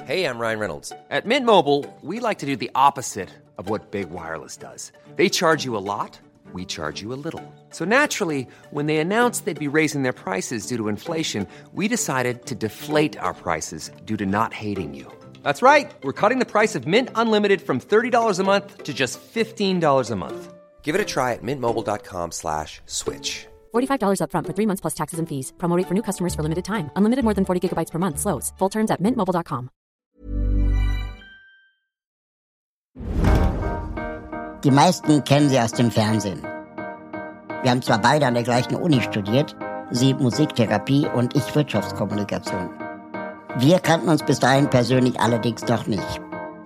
Hey, I'm Ryan Reynolds. At Mint Mobile, we like to do the opposite of what Big Wireless does. They charge you a lot, we charge you a little. So naturally, when they announced they'd be raising their prices due to inflation, we decided to deflate our prices due to not hating you. That's right. We're cutting the price of Mint Unlimited from $30 a month to just $15 a month. Give it a try at mintmobile.com/switch. $45 up front for 3 months plus taxes and fees. Promo rate for new customers for limited time. Unlimited more than 40 gigabytes per month. Slows full terms at mintmobile.com. Die meisten kennen sie aus dem Fernsehen. Wir haben zwar beide an der gleichen Uni studiert, sie Musiktherapie und ich Wirtschaftskommunikation. Wir kannten uns bis dahin persönlich allerdings noch nicht.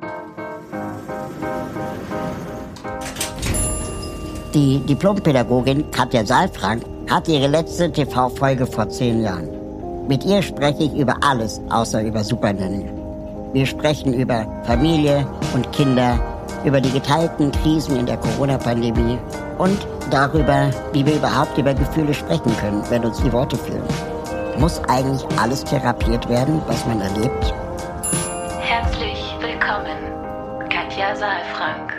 Die Diplompädagogin Katja Saalfrank hatte ihre letzte TV-Folge vor 10 Jahren. Mit ihr spreche ich über alles, außer über Supernanny. Wir sprechen über Familie und Kinder, über die geteilten Krisen in der Corona-Pandemie und darüber, wie wir überhaupt über Gefühle sprechen können, wenn uns die Worte fehlen. Muss eigentlich alles therapiert werden, was man erlebt? Herzlich willkommen, Katja Saalfrank.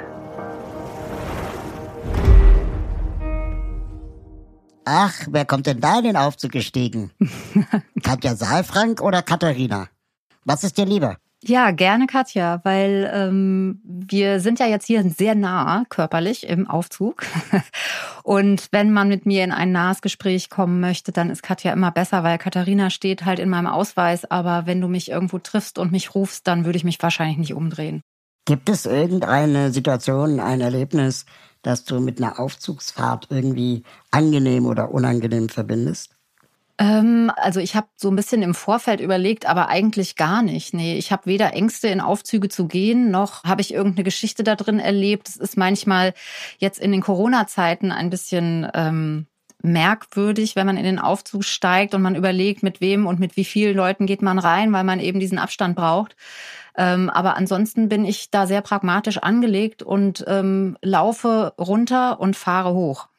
Ach, wer kommt denn da in den Aufzug gestiegen? Katja Saalfrank oder Katharina? Was ist dir lieber? Ja, gerne Katja, weil wir sind ja jetzt hier sehr nah körperlich im Aufzug. Und wenn man mit mir in ein nahes Gespräch kommen möchte, dann ist Katja immer besser, weil Katharina steht halt in meinem Ausweis. Aber wenn du mich irgendwo triffst und mich rufst, dann würde ich mich wahrscheinlich nicht umdrehen. Gibt es irgendeine Situation, ein Erlebnis, das du mit einer Aufzugsfahrt irgendwie angenehm oder unangenehm verbindest? Also ich habe so ein bisschen im Vorfeld überlegt, aber eigentlich gar nicht. Nee, ich habe weder Ängste, in Aufzüge zu gehen, noch habe ich irgendeine Geschichte da drin erlebt. Es ist manchmal jetzt in den Corona-Zeiten ein bisschen merkwürdig, wenn man in den Aufzug steigt und man überlegt, mit wem und mit wie vielen Leuten geht man rein, weil man eben diesen Abstand braucht. Aber ansonsten bin ich da sehr pragmatisch angelegt und laufe runter und fahre hoch.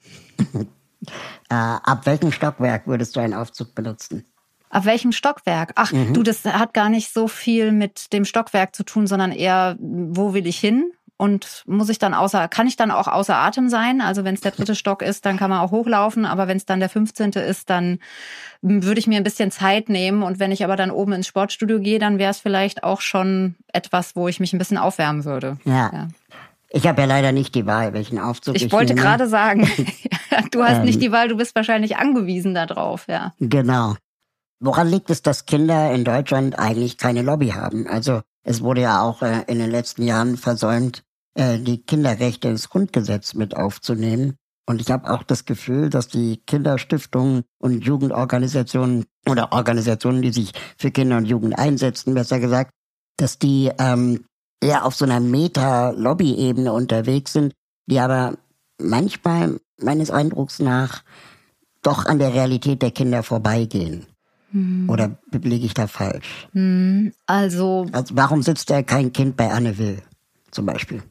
Ab welchem Stockwerk würdest du einen Aufzug benutzen? Ab welchem Stockwerk? Ach, du, das hat gar nicht so viel mit dem Stockwerk zu tun, sondern eher, wo will ich hin? Und kann ich dann auch außer Atem sein? Also wenn es der 3. Stock ist, dann kann man auch hochlaufen. Aber wenn es dann der 15. ist, dann würde ich mir ein bisschen Zeit nehmen. Und wenn ich aber dann oben ins Sportstudio gehe, dann wäre es vielleicht auch schon etwas, wo ich mich ein bisschen aufwärmen würde. Ja. Ich habe ja leider nicht die Wahl, welchen Aufzug ich wollte nehme. gerade sagen, du hast nicht die Wahl, du bist wahrscheinlich angewiesen darauf, ja. Genau. Woran liegt es, dass Kinder in Deutschland eigentlich keine Lobby haben? Also es wurde ja auch in den letzten Jahren versäumt, die Kinderrechte ins Grundgesetz mit aufzunehmen. Und ich habe auch das Gefühl, dass die Kinderstiftungen und Jugendorganisationen oder Organisationen, die sich für Kinder und Jugend einsetzen, besser gesagt, dass die eher auf so einer Meta-Lobby-Ebene unterwegs sind, die aber manchmal meines Eindrucks nach doch an der Realität der Kinder vorbeigehen. Oder liege ich da falsch? Also warum sitzt da kein Kind bei Anne Will zum Beispiel?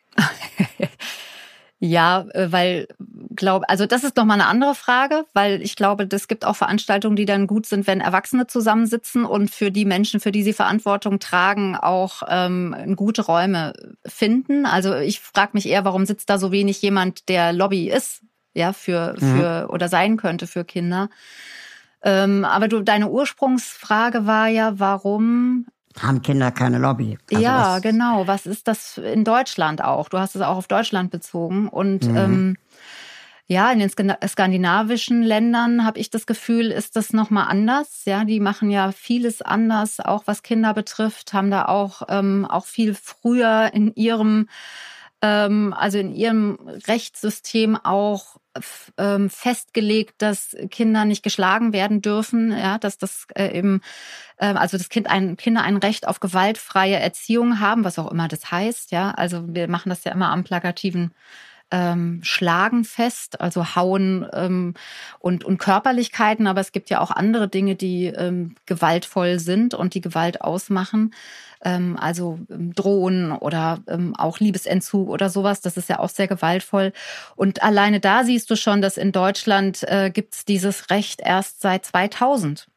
Ja, also das ist nochmal eine andere Frage, weil ich glaube, es gibt auch Veranstaltungen, die dann gut sind, wenn Erwachsene zusammensitzen und für die Menschen, für die sie Verantwortung tragen, auch gute Räume finden. Also ich frage mich eher, warum sitzt da so wenig jemand, der Lobby ist, ja, für oder sein könnte für Kinder. Aber deine Ursprungsfrage war ja, warum haben Kinder keine Lobby? Also ja, genau. Was ist das in Deutschland auch? Du hast es auch auf Deutschland bezogen. Und in den skandinavischen Ländern habe ich das Gefühl, ist das nochmal anders. Ja, die machen ja vieles anders, auch was Kinder betrifft, haben da auch viel früher in ihrem Rechtssystem auch festgelegt, dass Kinder nicht geschlagen werden dürfen, ja, dass das Kinder ein Recht auf gewaltfreie Erziehung haben, was auch immer das heißt, ja. Also wir machen das ja immer am plakativen Schlagen fest, also Hauen und Körperlichkeiten, aber es gibt ja auch andere Dinge, die gewaltvoll sind und die Gewalt ausmachen. Also Drohen oder auch Liebesentzug oder sowas, das ist ja auch sehr gewaltvoll. Und alleine da siehst du schon, dass in Deutschland gibt's dieses Recht erst seit 2000.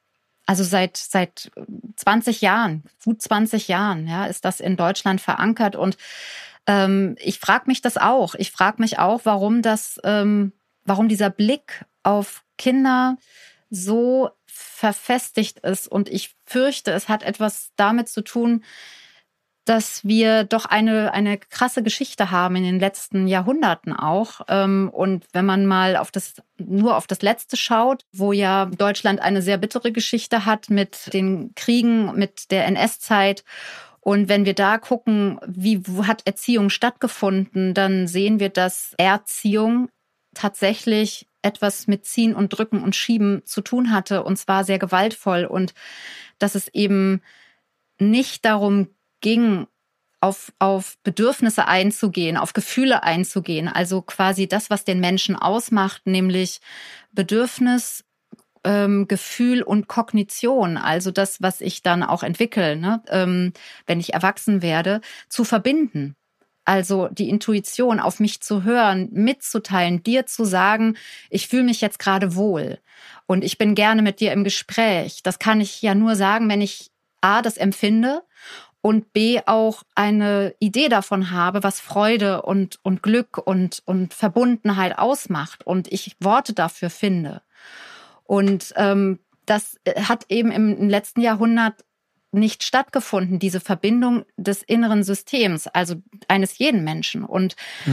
Also seit 20 Jahren, gut 20 Jahren, ja, ist das in Deutschland verankert. Und ich frage mich das auch. Ich frage mich auch, warum dieser Blick auf Kinder so verfestigt ist. Und ich fürchte, es hat etwas damit zu tun, dass wir doch eine krasse Geschichte haben in den letzten Jahrhunderten auch. Und wenn man mal nur auf das Letzte schaut, wo ja Deutschland eine sehr bittere Geschichte hat mit den Kriegen, mit der NS-Zeit. Und wenn wir da gucken, wo hat Erziehung stattgefunden, dann sehen wir, dass Erziehung tatsächlich etwas mit Ziehen und Drücken und Schieben zu tun hatte, und zwar sehr gewaltvoll. Und dass es eben nicht darum ging, auf Bedürfnisse einzugehen, auf Gefühle einzugehen. Also quasi das, was den Menschen ausmacht, nämlich Bedürfnis, Gefühl und Kognition. Also das, was ich dann auch entwickle, ne, wenn ich erwachsen werde, zu verbinden. Also die Intuition, auf mich zu hören, mitzuteilen, dir zu sagen, ich fühle mich jetzt gerade wohl und ich bin gerne mit dir im Gespräch. Das kann ich ja nur sagen, wenn ich A, das empfinde und B, auch eine Idee davon habe, was Freude und Glück und Verbundenheit ausmacht und ich Worte dafür finde. Und das hat eben im letzten Jahrhundert nicht stattgefunden, diese Verbindung des inneren Systems, also eines jeden Menschen. Und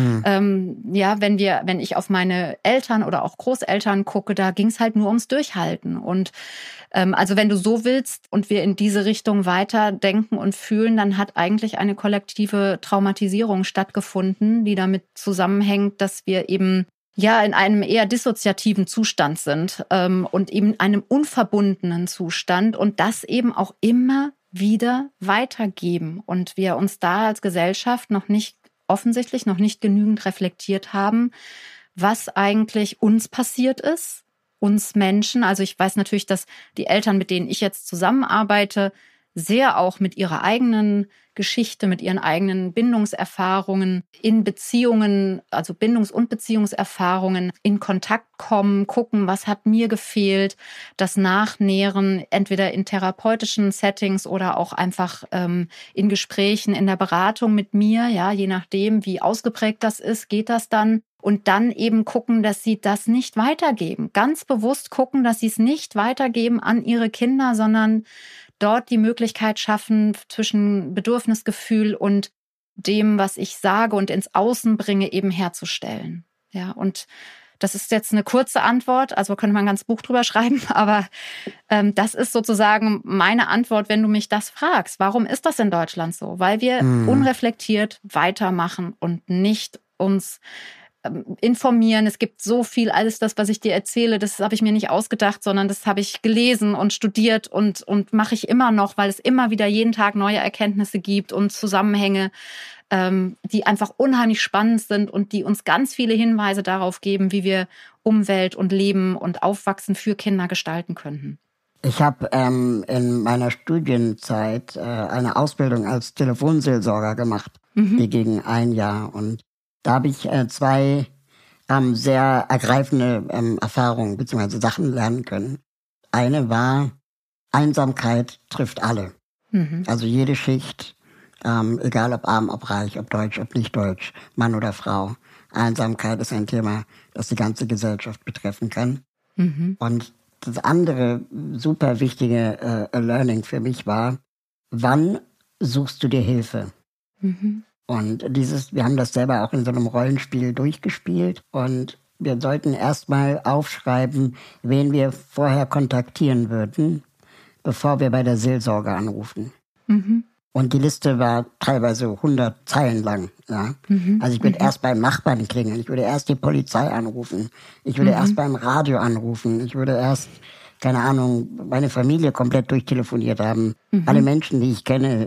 wenn ich auf meine Eltern oder auch Großeltern gucke, da ging es halt nur ums Durchhalten. Und also wenn du so willst und wir in diese Richtung weiter denken und fühlen, dann hat eigentlich eine kollektive Traumatisierung stattgefunden, die damit zusammenhängt, dass wir eben in einem eher dissoziativen Zustand sind und eben einem unverbundenen Zustand und das eben auch immer wieder weitergeben. Und wir uns da als Gesellschaft offensichtlich noch nicht genügend reflektiert haben, was eigentlich uns passiert ist, uns Menschen. Also ich weiß natürlich, dass die Eltern, mit denen ich jetzt zusammenarbeite, sehr auch mit ihrer eigenen Geschichte, mit ihren eigenen Bindungserfahrungen in Beziehungen, also Bindungs- und Beziehungserfahrungen in Kontakt kommen, gucken, was hat mir gefehlt, das Nachnähren, entweder in therapeutischen Settings oder auch einfach in Gesprächen, in der Beratung mit mir, ja, je nachdem, wie ausgeprägt das ist, geht das dann. Und dann eben gucken, dass sie das nicht weitergeben. Ganz bewusst gucken, dass sie es nicht weitergeben an ihre Kinder, sondern dort die Möglichkeit schaffen, zwischen Bedürfnisgefühl und dem, was ich sage und ins Außen bringe, eben herzustellen. Ja, und das ist jetzt eine kurze Antwort, also könnte man ein ganzes Buch drüber schreiben, aber das ist sozusagen meine Antwort, wenn du mich das fragst. Warum ist das in Deutschland so? Weil wir unreflektiert weitermachen und nicht uns informieren. Es gibt so viel, alles das, was ich dir erzähle, das habe ich mir nicht ausgedacht, sondern das habe ich gelesen und studiert und mache ich immer noch, weil es immer wieder jeden Tag neue Erkenntnisse gibt und Zusammenhänge, die einfach unheimlich spannend sind und die uns ganz viele Hinweise darauf geben, wie wir Umwelt und Leben und Aufwachsen für Kinder gestalten könnten. Ich habe in meiner Studienzeit eine Ausbildung als Telefonseelsorger gemacht, die ging 1 Jahr, und da habe ich 2 sehr ergreifende Erfahrungen bzw. Sachen lernen können. Eine war, Einsamkeit trifft alle. Also jede Schicht, egal ob arm, ob reich, ob deutsch, ob nicht deutsch, Mann oder Frau. Einsamkeit ist ein Thema, das die ganze Gesellschaft betreffen kann. Und das andere super wichtige Learning für mich war, wann suchst du dir Hilfe? Und wir haben das selber auch in so einem Rollenspiel durchgespielt, und wir sollten erstmal aufschreiben, wen wir vorher kontaktieren würden, bevor wir bei der Seelsorge anrufen. Und die Liste war teilweise 100 Zeilen lang. Ja? Also ich würde erst beim Nachbarn klingeln, ich würde erst die Polizei anrufen, ich würde erst beim Radio anrufen, ich würde erst, keine Ahnung, meine Familie komplett durchtelefoniert haben, alle Menschen, die ich kenne,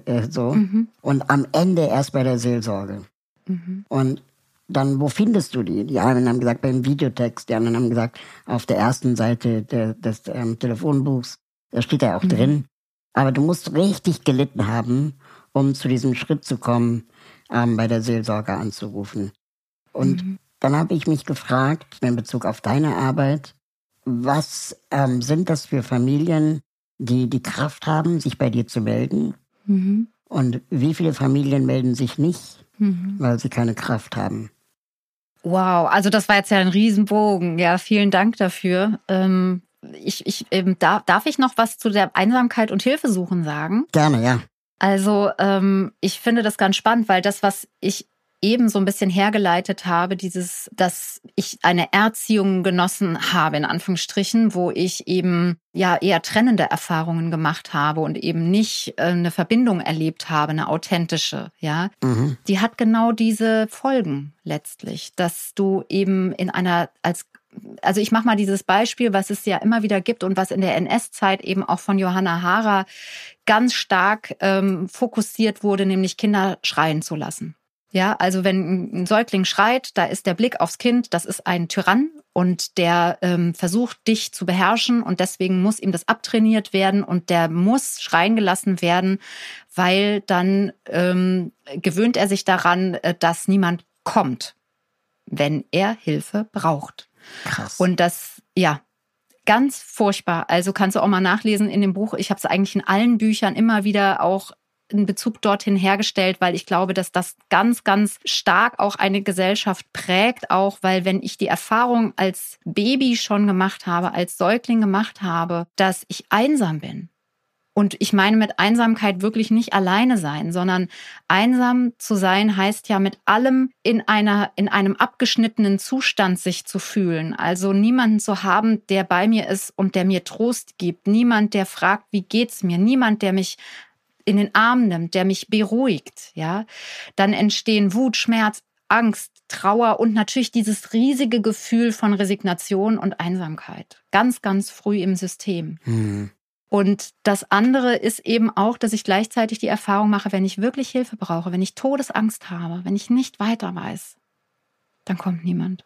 und am Ende erst bei der Seelsorge. Und dann, wo findest du die? Die einen haben gesagt, beim Videotext, die anderen haben gesagt, auf der ersten Seite des Telefonbuchs, da steht ja auch drin. Aber du musst richtig gelitten haben, um zu diesem Schritt zu kommen, bei der Seelsorge anzurufen. Und dann habe ich mich gefragt, in Bezug auf deine Arbeit, was sind das für Familien, die die Kraft haben, sich bei dir zu melden? Und wie viele Familien melden sich nicht, weil sie keine Kraft haben? Wow, also das war jetzt ja ein Riesenbogen. Ja, vielen Dank dafür. Darf ich noch was zu der Einsamkeit und Hilfesuchen sagen? Gerne, ja. Also ich finde das ganz spannend, weil das, was ich eben so ein bisschen hergeleitet habe, dass ich eine Erziehung genossen habe, in Anführungsstrichen, wo ich eben ja eher trennende Erfahrungen gemacht habe und eben nicht eine Verbindung erlebt habe, eine authentische, ja. Die hat genau diese Folgen letztlich, dass du eben also ich mache mal dieses Beispiel, was es ja immer wieder gibt und was in der NS-Zeit eben auch von Johanna Hara ganz stark fokussiert wurde, nämlich Kinder schreien zu lassen. Ja, also wenn ein Säugling schreit, da ist der Blick aufs Kind, das ist ein Tyrann und der versucht, dich zu beherrschen und deswegen muss ihm das abtrainiert werden und der muss schreien gelassen werden, weil dann gewöhnt er sich daran, dass niemand kommt, wenn er Hilfe braucht. Krass. Und das, ja, ganz furchtbar. Also kannst du auch mal nachlesen in dem Buch. Ich habe es eigentlich in allen Büchern immer wieder auch einen Bezug dorthin hergestellt, weil ich glaube, dass das ganz, ganz stark auch eine Gesellschaft prägt, auch weil wenn ich die Erfahrung als Baby schon gemacht habe, als Säugling gemacht habe, dass ich einsam bin. Und ich meine mit Einsamkeit wirklich nicht alleine sein, sondern einsam zu sein heißt ja mit allem in einem abgeschnittenen Zustand sich zu fühlen. Also niemanden zu haben, der bei mir ist und der mir Trost gibt. Niemand, der fragt, wie geht's mir? Niemand, der mich in den Arm nimmt, der mich beruhigt, ja. Dann entstehen Wut, Schmerz, Angst, Trauer und natürlich dieses riesige Gefühl von Resignation und Einsamkeit. Ganz, ganz früh im System. Und das andere ist eben auch, dass ich gleichzeitig die Erfahrung mache, wenn ich wirklich Hilfe brauche, wenn ich Todesangst habe, wenn ich nicht weiter weiß, dann kommt niemand.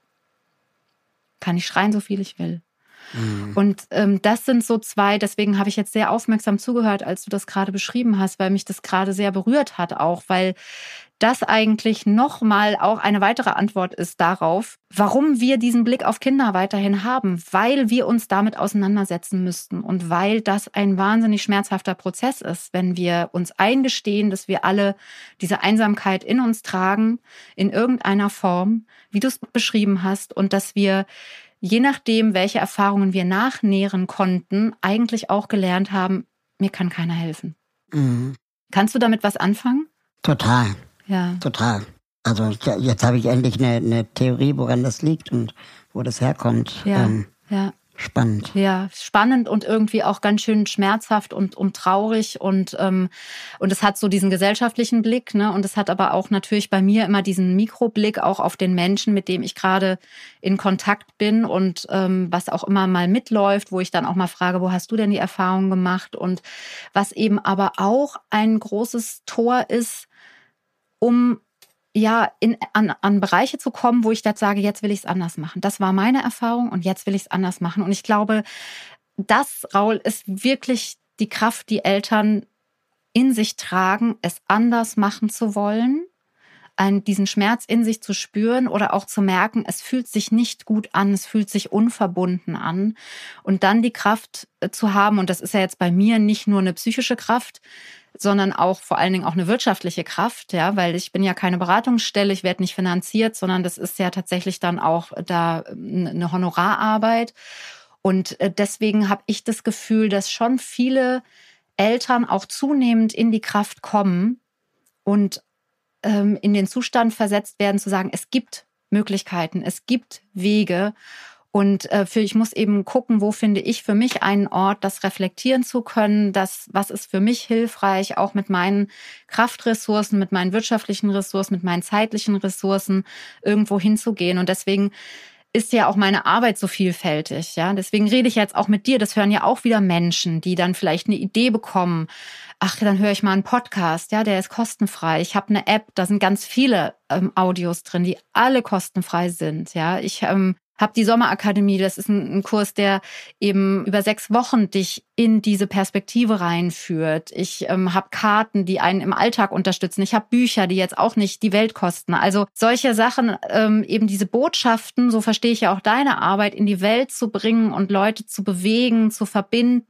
Kann ich schreien, so viel ich will. Und das sind so zwei, deswegen habe ich jetzt sehr aufmerksam zugehört, als du das gerade beschrieben hast, weil mich das gerade sehr berührt hat auch, weil das eigentlich nochmal auch eine weitere Antwort ist darauf, warum wir diesen Blick auf Kinder weiterhin haben, weil wir uns damit auseinandersetzen müssten und weil das ein wahnsinnig schmerzhafter Prozess ist, wenn wir uns eingestehen, dass wir alle diese Einsamkeit in uns tragen, in irgendeiner Form, wie du es beschrieben hast, und dass wir je nachdem, welche Erfahrungen wir nachnähren konnten, eigentlich auch gelernt haben, mir kann keiner helfen. Kannst du damit was anfangen? Total. Ja. Total. Also jetzt habe ich endlich eine Theorie, woran das liegt und wo das herkommt. Ja, Spannend. Ja, spannend und irgendwie auch ganz schön schmerzhaft und traurig und es hat so diesen gesellschaftlichen Blick, ne? Und es hat aber auch natürlich bei mir immer diesen Mikroblick auch auf den Menschen, mit dem ich gerade in Kontakt bin und was auch immer mal mitläuft, wo ich dann auch mal frage, wo hast du denn die Erfahrung gemacht? Und was eben aber auch ein großes Tor ist, um an Bereiche zu kommen, wo ich jetzt sage, jetzt will ich es anders machen. Das war meine Erfahrung und jetzt will ich es anders machen. Und ich glaube, das, Raul, ist wirklich die Kraft, die Eltern in sich tragen, es anders machen zu wollen, diesen Schmerz in sich zu spüren oder auch zu merken, es fühlt sich nicht gut an, es fühlt sich unverbunden an. Und dann die Kraft zu haben, und das ist ja jetzt bei mir nicht nur eine psychische Kraft, sondern auch vor allen Dingen auch eine wirtschaftliche Kraft, ja, weil ich bin ja keine Beratungsstelle, ich werde nicht finanziert, sondern das ist ja tatsächlich dann auch da eine Honorararbeit. Und deswegen habe ich das Gefühl, dass schon viele Eltern auch zunehmend in die Kraft kommen und in den Zustand versetzt werden, zu sagen, es gibt Möglichkeiten, es gibt Wege. Und ich muss eben gucken, wo finde ich für mich einen Ort, das reflektieren zu können, was ist für mich hilfreich, auch mit meinen Kraftressourcen, mit meinen wirtschaftlichen Ressourcen, mit meinen zeitlichen Ressourcen irgendwo hinzugehen. Und deswegen ist ja auch meine Arbeit so vielfältig. Ja, deswegen rede ich jetzt auch mit dir. Das hören ja auch wieder Menschen, die dann vielleicht eine Idee bekommen. Ach, dann höre ich mal einen Podcast. Ja, der ist kostenfrei. Ich habe eine App, da sind ganz viele Audios drin, die alle kostenfrei sind. Ja, ich habe die Sommerakademie, das ist ein Kurs, der eben über 6 Wochen dich in diese Perspektive reinführt. Ich habe Karten, die einen im Alltag unterstützen. Ich habe Bücher, die jetzt auch nicht die Welt kosten. Also solche Sachen, eben diese Botschaften, so verstehe ich ja auch deine Arbeit, in die Welt zu bringen und Leute zu bewegen, zu verbinden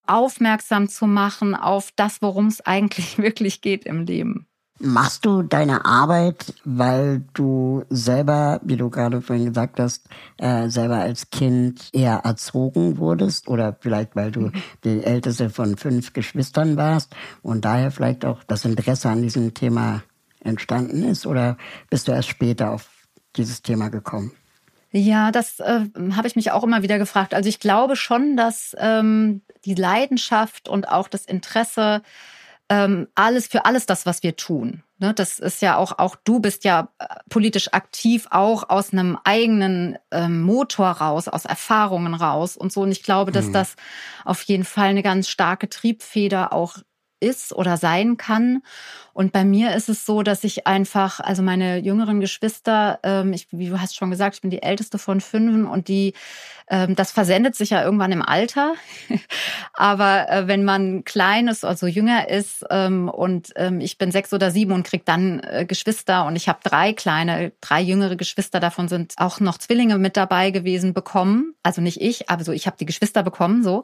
aufmerksam zu machen auf das, worum es eigentlich wirklich geht im Leben. Machst du deine Arbeit, weil du selber, wie du gerade vorhin gesagt hast, selber als Kind eher erzogen wurdest oder vielleicht, weil du die älteste von 5 Geschwistern warst und daher vielleicht auch das Interesse an diesem Thema entstanden ist, oder bist du erst später auf dieses Thema gekommen? Ja, das habe ich mich auch immer wieder gefragt. Also ich glaube schon, dass die Leidenschaft und auch das Interesse alles für alles das, was wir tun. Ne, das ist ja auch du bist ja politisch aktiv, auch aus einem eigenen Motor raus, aus Erfahrungen raus und so. Und ich glaube, dass das auf jeden Fall eine ganz starke Triebfeder auch ist oder sein kann. Und bei mir ist es so, dass ich einfach, also meine jüngeren Geschwister, wie du hast schon gesagt, ich bin die älteste von 5 und das versendet sich ja irgendwann im Alter. Aber wenn man klein ist, also jünger ist und ich bin 6 oder 7 und krieg dann Geschwister und ich habe 3 jüngere Geschwister, davon sind auch noch Zwillinge mit dabei gewesen, bekommen. Also nicht ich, aber so ich habe die Geschwister bekommen, so.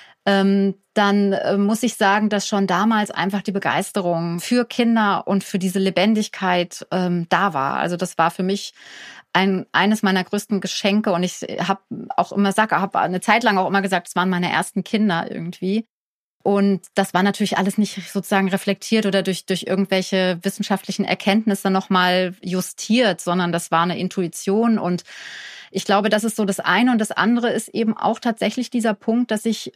Dann muss ich sagen, dass schon damals einfach die Begeisterung für Kinder und für diese Lebendigkeit da war. Also das war für mich eines meiner größten Geschenke und ich habe eine Zeit lang auch immer gesagt, es waren meine ersten Kinder irgendwie. Und das war natürlich alles nicht sozusagen reflektiert oder durch irgendwelche wissenschaftlichen Erkenntnisse nochmal justiert, sondern das war eine Intuition. Und ich glaube, das ist so das eine. Und das andere ist eben auch tatsächlich dieser Punkt, dass ich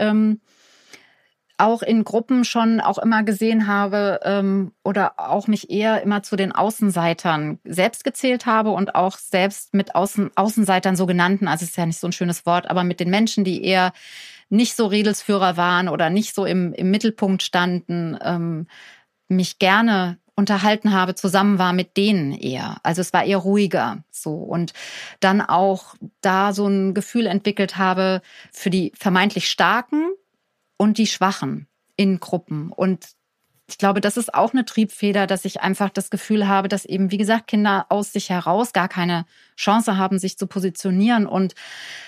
auch in Gruppen schon auch immer gesehen habe oder auch mich eher immer zu den Außenseitern selbst gezählt habe und auch selbst mit Außenseitern so genannten, also es ist ja nicht so ein schönes Wort, aber mit den Menschen, die eher nicht so Redelsführer waren oder nicht so im Mittelpunkt standen, mich gerne unterhalten habe, zusammen war mit denen eher. Also es war eher ruhiger so und dann auch da so ein Gefühl entwickelt habe für die vermeintlich Starken und die Schwachen in Gruppen. Und ich glaube, das ist auch eine Triebfeder, dass ich einfach das Gefühl habe, dass eben, wie gesagt, Kinder aus sich heraus gar keine Chance haben, sich zu positionieren. Und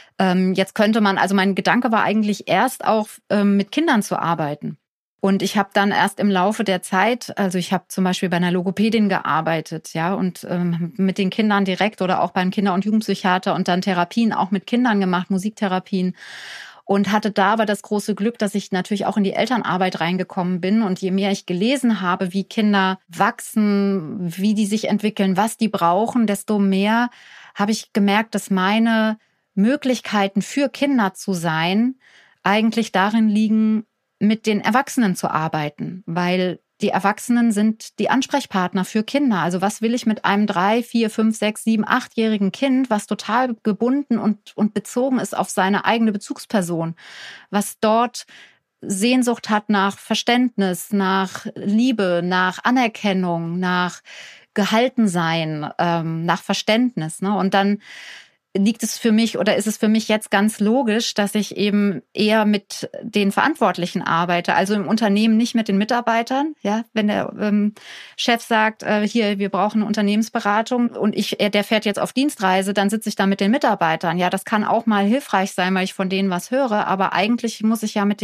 jetzt könnte man, also mein Gedanke war eigentlich erst auch mit Kindern zu arbeiten. Und ich habe dann erst im Laufe der Zeit, also ich habe zum Beispiel bei einer Logopädin gearbeitet, ja, und mit den Kindern direkt oder auch beim Kinder- und Jugendpsychiater und dann Therapien auch mit Kindern gemacht, Musiktherapien. Und hatte da aber das große Glück, dass ich natürlich auch in die Elternarbeit reingekommen bin. Und je mehr ich gelesen habe, wie Kinder wachsen, wie die sich entwickeln, was die brauchen, desto mehr habe ich gemerkt, dass meine Möglichkeiten für Kinder zu sein eigentlich darin liegen, mit den Erwachsenen zu arbeiten. Weil die Erwachsenen sind die Ansprechpartner für Kinder. Also was will ich mit einem 3, 4, 5, 6, 7, 8-jährigen Kind, was total gebunden und bezogen ist auf seine eigene Bezugsperson, was dort Sehnsucht hat nach Verständnis, nach Liebe, nach Anerkennung, nach Gehaltensein, nach Verständnis, ne? Und dann liegt es für mich oder ist es für mich jetzt ganz logisch, dass ich eben eher mit den Verantwortlichen arbeite, also im Unternehmen nicht mit den Mitarbeitern. Ja, wenn der Chef sagt, hier, wir brauchen eine Unternehmensberatung und der fährt jetzt auf Dienstreise, dann sitze ich da mit den Mitarbeitern. Ja, das kann auch mal hilfreich sein, weil ich von denen was höre, aber eigentlich muss ich ja mit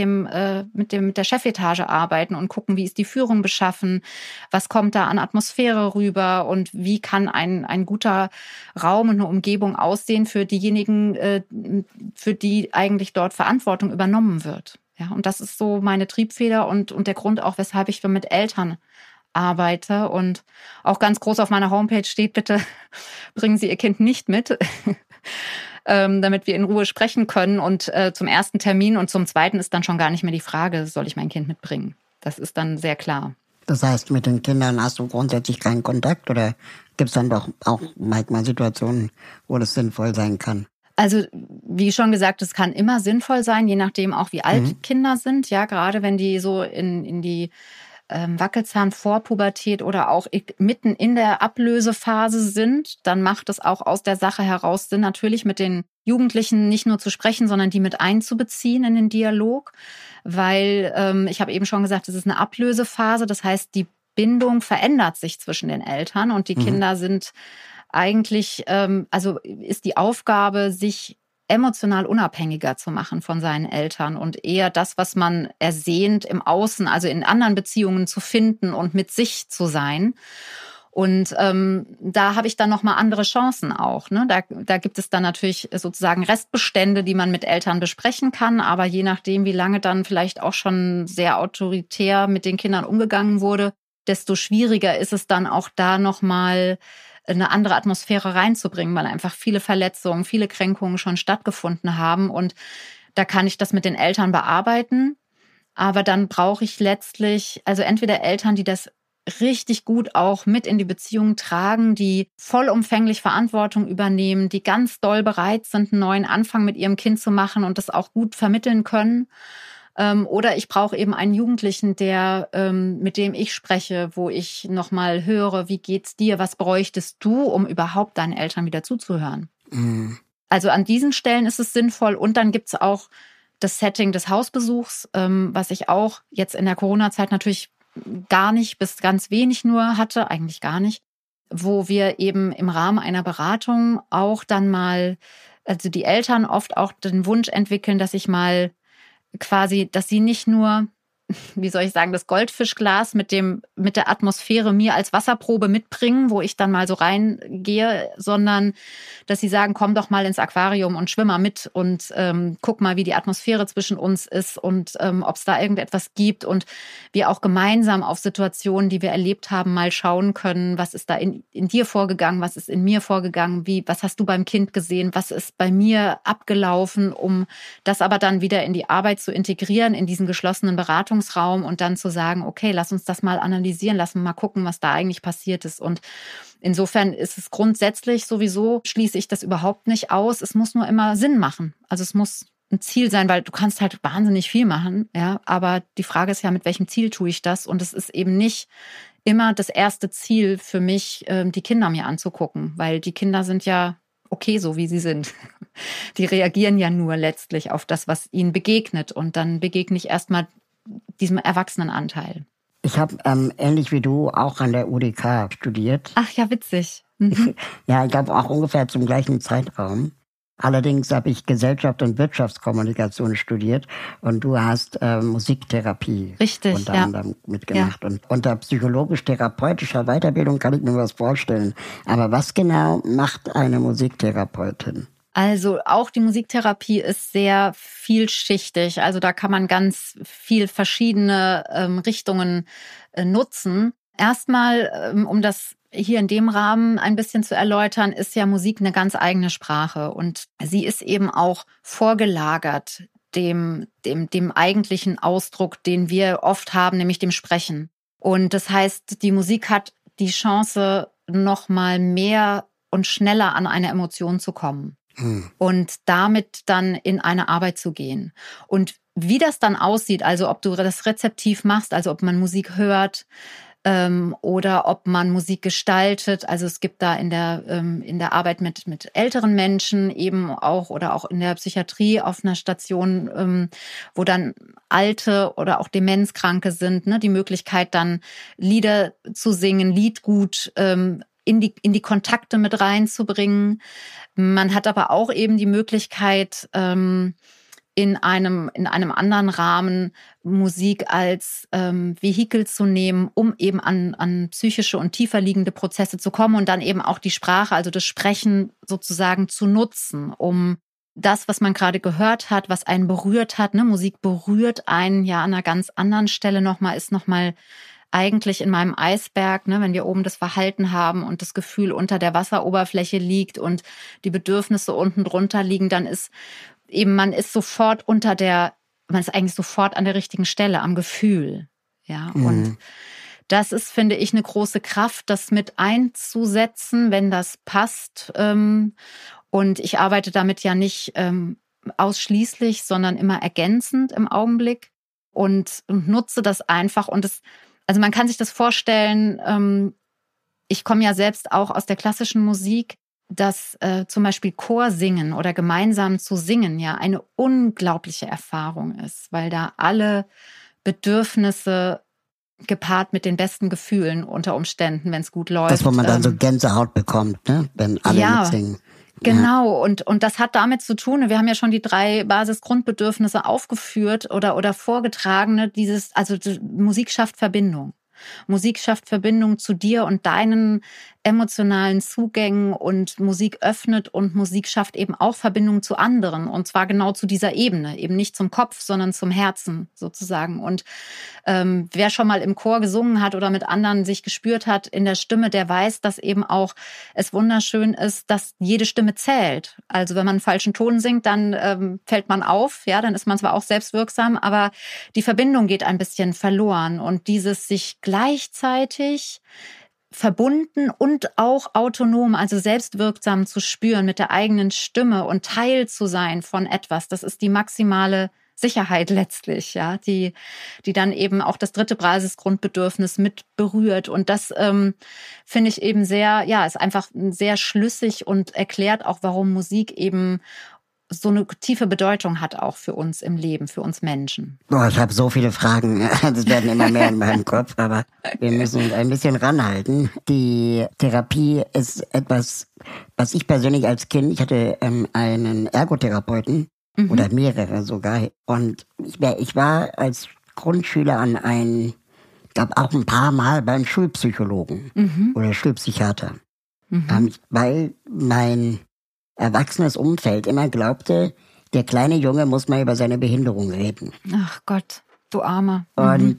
der Chefetage arbeiten und gucken, wie ist die Führung beschaffen, was kommt da an Atmosphäre rüber und wie kann ein guter Raum und eine Umgebung aussehen für diejenigen, für die eigentlich dort Verantwortung übernommen wird. Ja, und das ist so meine Triebfeder und der Grund auch, weshalb ich mit Eltern arbeite. Und auch ganz groß auf meiner Homepage steht, bitte bringen Sie Ihr Kind nicht mit, damit wir in Ruhe sprechen können. Und zum ersten Termin und zum zweiten ist dann schon gar nicht mehr die Frage, soll ich mein Kind mitbringen? Das ist dann sehr klar. Das heißt, mit den Kindern hast du grundsätzlich keinen Kontakt oder gibt es dann doch auch manchmal Situationen, wo das sinnvoll sein kann? Also wie schon gesagt, es kann immer sinnvoll sein, je nachdem auch wie alt Kinder sind. Ja, gerade wenn die so in die Wackelzahn-Vorpubertät oder auch mitten in der Ablösephase sind, dann macht es auch aus der Sache heraus Sinn, natürlich mit den Jugendlichen nicht nur zu sprechen, sondern die mit einzubeziehen in den Dialog. Weil ich habe eben schon gesagt, es ist eine Ablösephase. Das heißt, die Bindung verändert sich zwischen den Eltern und die Kinder sind eigentlich, also ist die Aufgabe, sich emotional unabhängiger zu machen von seinen Eltern und eher das, was man ersehnt im Außen, also in anderen Beziehungen zu finden und mit sich zu sein. Und da habe ich dann nochmal andere Chancen auch. Ne? Da gibt es dann natürlich sozusagen Restbestände, die man mit Eltern besprechen kann. Aber je nachdem, wie lange dann vielleicht auch schon sehr autoritär mit den Kindern umgegangen wurde, desto schwieriger ist es dann auch da nochmal eine andere Atmosphäre reinzubringen, weil einfach viele Verletzungen, viele Kränkungen schon stattgefunden haben. Und da kann ich das mit den Eltern bearbeiten. Aber dann brauche ich letztlich, also entweder Eltern, die das richtig gut auch mit in die Beziehung tragen, die vollumfänglich Verantwortung übernehmen, die ganz doll bereit sind, einen neuen Anfang mit ihrem Kind zu machen und das auch gut vermitteln können. Oder ich brauche eben einen Jugendlichen, der mit dem ich spreche, wo ich nochmal höre, wie geht's dir, was bräuchtest du, um überhaupt deinen Eltern wieder zuzuhören. Mhm. Also an diesen Stellen ist es sinnvoll. Und dann gibt's auch das Setting des Hausbesuchs, was ich auch jetzt in der Corona-Zeit natürlich gar nicht bis ganz wenig nur hatte, eigentlich gar nicht, wo wir eben im Rahmen einer Beratung auch dann mal, also die Eltern oft auch den Wunsch entwickeln, dass ich mal quasi, dass sie nicht nur, wie soll ich sagen, das Goldfischglas mit der Atmosphäre mir als Wasserprobe mitbringen, wo ich dann mal so reingehe, sondern dass sie sagen, komm doch mal ins Aquarium und schwimm mal mit und guck mal, wie die Atmosphäre zwischen uns ist und ob es da irgendetwas gibt und wir auch gemeinsam auf Situationen, die wir erlebt haben, mal schauen können, was ist da in dir vorgegangen, was ist in mir vorgegangen, was hast du beim Kind gesehen, was ist bei mir abgelaufen, um das aber dann wieder in die Arbeit zu integrieren, in diesen geschlossenen Beratungsraum und dann zu sagen, okay, lass uns das mal analysieren, lass uns mal gucken, was da eigentlich passiert ist. Und insofern ist es grundsätzlich sowieso, schließe ich das überhaupt nicht aus. Es muss nur immer Sinn machen. Also es muss ein Ziel sein, weil du kannst halt wahnsinnig viel machen, ja. Aber die Frage ist ja, mit welchem Ziel tue ich das? Und es ist eben nicht immer das erste Ziel für mich, die Kinder mir anzugucken, weil die Kinder sind ja okay, so wie sie sind. Die reagieren ja nur letztlich auf das, was ihnen begegnet. Und dann begegne ich erstmal diesem Erwachsenenanteil. Ich habe ähnlich wie du auch an der UDK studiert. Ach ja, witzig. Mhm. Ja, ich glaube auch ungefähr zum gleichen Zeitraum. Allerdings habe ich Gesellschaft und Wirtschaftskommunikation studiert und du hast Musiktherapie richtig, unter anderem mitgemacht. Ja. Und unter psychologisch-therapeutischer Weiterbildung kann ich mir was vorstellen. Aber was genau macht eine Musiktherapeutin? Also auch die Musiktherapie ist sehr vielschichtig. Also da kann man ganz viel verschiedene Richtungen nutzen. Erstmal, um das hier in dem Rahmen ein bisschen zu erläutern, ist ja Musik eine ganz eigene Sprache. Und sie ist eben auch vorgelagert dem eigentlichen Ausdruck, den wir oft haben, nämlich dem Sprechen. Und das heißt, die Musik hat die Chance, noch mal mehr und schneller an eine Emotion zu kommen. Und damit dann in eine Arbeit zu gehen. Und wie das dann aussieht, also ob du das rezeptiv machst, also ob man Musik hört oder ob man Musik gestaltet. Also es gibt da in der Arbeit mit älteren Menschen eben auch oder auch in der Psychiatrie auf einer Station, wo dann Alte oder auch Demenzkranke sind, ne, die Möglichkeit dann Lieder zu singen, Liedgut in die Kontakte mit reinzubringen. Man hat aber auch eben die Möglichkeit, in einem anderen Rahmen Musik als Vehikel zu nehmen, um eben an psychische und tiefer liegende Prozesse zu kommen und dann eben auch die Sprache, also das Sprechen sozusagen zu nutzen, um das, was man gerade gehört hat, was einen berührt hat, ne, Musik berührt einen ja an einer ganz anderen Stelle ist nochmal eigentlich in meinem Eisberg, ne, wenn wir oben das Verhalten haben und das Gefühl unter der Wasseroberfläche liegt und die Bedürfnisse unten drunter liegen, dann ist eben, man ist eigentlich sofort an der richtigen Stelle, am Gefühl. Ja, und das ist, finde ich, eine große Kraft, das mit einzusetzen, wenn das passt. Und ich arbeite damit ja nicht ausschließlich, sondern immer ergänzend im Augenblick und nutze das einfach. Also man kann sich das vorstellen, ich komme ja selbst auch aus der klassischen Musik, dass zum Beispiel Chorsingen oder gemeinsam zu singen ja eine unglaubliche Erfahrung ist, weil da alle Bedürfnisse gepaart mit den besten Gefühlen unter Umständen, wenn es gut läuft. Das, wo man dann so Gänsehaut bekommt, ne? Wenn alle mitsingen. Genau, und das hat damit zu tun, wir haben ja schon die 3 Basisgrundbedürfnisse aufgeführt oder vorgetragen, also Musik schafft Verbindung. Musik schafft Verbindung zu dir und deinen emotionalen Zugängen und Musik öffnet und Musik schafft eben auch Verbindung zu anderen und zwar genau zu dieser Ebene, eben nicht zum Kopf, sondern zum Herzen sozusagen. Und wer schon mal im Chor gesungen hat oder mit anderen sich gespürt hat in der Stimme, der weiß, dass eben auch es wunderschön ist, dass jede Stimme zählt. Also wenn man einen falschen Ton singt, dann fällt man auf, ja, dann ist man zwar auch selbstwirksam, aber die Verbindung geht ein bisschen verloren und dieses sich gleichzeitig verbunden und auch autonom, also selbstwirksam zu spüren mit der eigenen Stimme und Teil zu sein von etwas, das ist die maximale Sicherheit letztlich, ja, die dann eben auch das 3. Basisgrundbedürfnis mit berührt. Und das finde ich eben sehr, ja, ist einfach sehr schlüssig und erklärt auch, warum Musik eben so eine tiefe Bedeutung hat auch für uns im Leben, für uns Menschen. Boah, ich habe so viele Fragen. Das werden immer mehr in meinem Kopf, aber wir müssen uns ein bisschen ranhalten. Die Therapie ist etwas, was ich persönlich als Kind, ich hatte einen Ergotherapeuten oder mehrere sogar. Und ich war als Grundschüler ich glaube auch ein paar Mal beim Schulpsychologen oder Schulpsychiater. Weil mein erwachsenes Umfeld immer glaubte, der kleine Junge muss mal über seine Behinderung reden. Ach Gott, du Armer. Und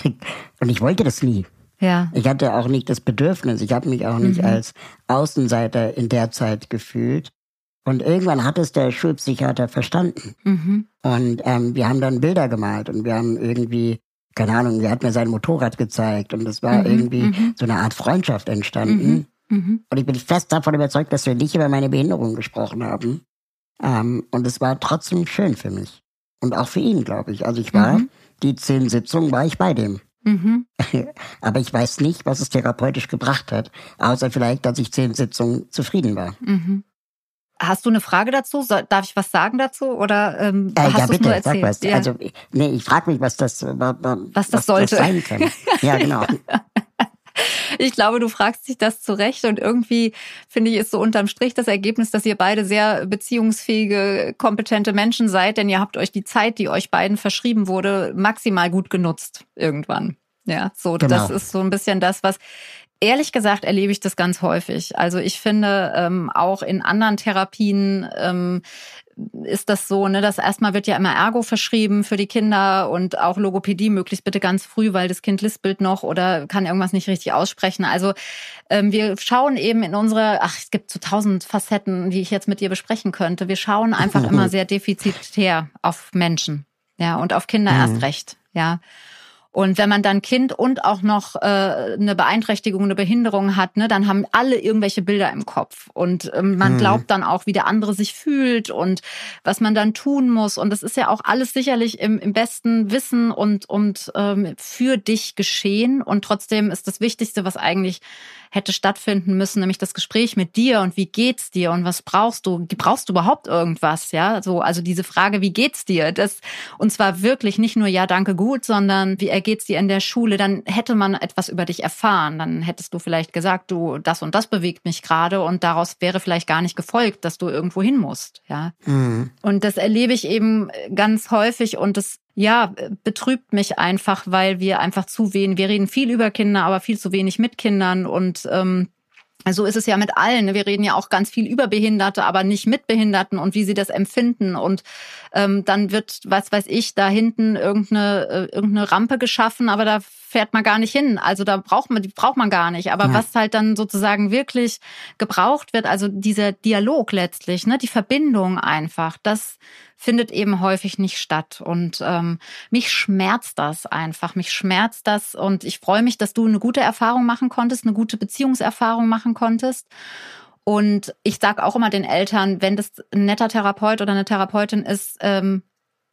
ich wollte das nie. Ja. Ich hatte auch nicht das Bedürfnis, ich habe mich auch nicht als Außenseiter in der Zeit gefühlt. Und irgendwann hat es der Schulpsychiater verstanden. Und wir haben dann Bilder gemalt und wir haben irgendwie, keine Ahnung, er hat mir sein Motorrad gezeigt und es war irgendwie so eine Art Freundschaft entstanden. Und ich bin fest davon überzeugt, dass wir nicht über meine Behinderung gesprochen haben. Und es war trotzdem schön für mich. Und auch für ihn, glaube ich. Also ich war, die 10 Sitzungen war ich bei dem. Aber ich weiß nicht, was es therapeutisch gebracht hat. Außer vielleicht, dass ich 10 Sitzungen zufrieden war. Hast du eine Frage dazu? Darf ich was sagen dazu? Oder hast ja, du es nur bitte, erzählt? sag was. Ja. Also, nee, ich frage mich, was das sollte. sein kann. Ja, genau. Ich glaube, du fragst dich das zurecht und irgendwie, finde ich, ist so unterm Strich das Ergebnis, dass ihr beide sehr beziehungsfähige, kompetente Menschen seid, denn ihr habt euch die Zeit, die euch beiden verschrieben wurde, maximal gut genutzt irgendwann. Ja, so, genau. Das ist so ein bisschen das, was... Ehrlich gesagt erlebe ich das ganz häufig. Also ich finde, auch in anderen Therapien ist das so, ne, dass erstmal wird ja immer Ergo verschrieben für die Kinder und auch Logopädie möglichst bitte ganz früh, weil das Kind lispelt noch oder kann irgendwas nicht richtig aussprechen. Also wir schauen eben in es gibt so 1000 Facetten, die ich jetzt mit dir besprechen könnte. Wir schauen einfach immer sehr defizitär auf Menschen, ja, und auf Kinder erst recht, ja. Und wenn man dann Kind und auch noch eine Beeinträchtigung, eine Behinderung hat, ne, dann haben alle irgendwelche Bilder im Kopf. Und man glaubt dann auch, wie der andere sich fühlt und was man dann tun muss. Und das ist ja auch alles sicherlich im besten Wissen und für dich geschehen. Und trotzdem ist das Wichtigste, was eigentlich hätte stattfinden müssen, nämlich das Gespräch mit dir und wie geht's dir und was brauchst du? Brauchst du überhaupt irgendwas? Ja, so, also diese Frage, wie geht's dir? Und zwar wirklich nicht nur ja, danke, gut, sondern wie ergeht's dir in der Schule? Dann hätte man etwas über dich erfahren. Dann hättest du vielleicht gesagt, du, das und das bewegt mich gerade und daraus wäre vielleicht gar nicht gefolgt, dass du irgendwo hin musst. Ja. Und das erlebe ich eben ganz häufig und das betrübt mich einfach, weil wir einfach wir reden viel über Kinder, aber viel zu wenig mit Kindern und so ist es ja mit allen. Wir reden ja auch ganz viel über Behinderte, aber nicht mit Behinderten und wie sie das empfinden. Und dann wird, was weiß ich, da hinten irgendeine Rampe geschaffen, aber da fährt man gar nicht hin. Also da braucht man gar nicht. Aber was halt dann sozusagen wirklich gebraucht wird, also dieser Dialog letztlich, ne, die Verbindung einfach, das findet eben häufig nicht statt. Und mich schmerzt das einfach. Mich schmerzt das und ich freue mich, dass du eine gute Erfahrung machen konntest, eine gute Beziehungserfahrung machen konntest. Und ich sage auch immer den Eltern, wenn das ein netter Therapeut oder eine Therapeutin ist,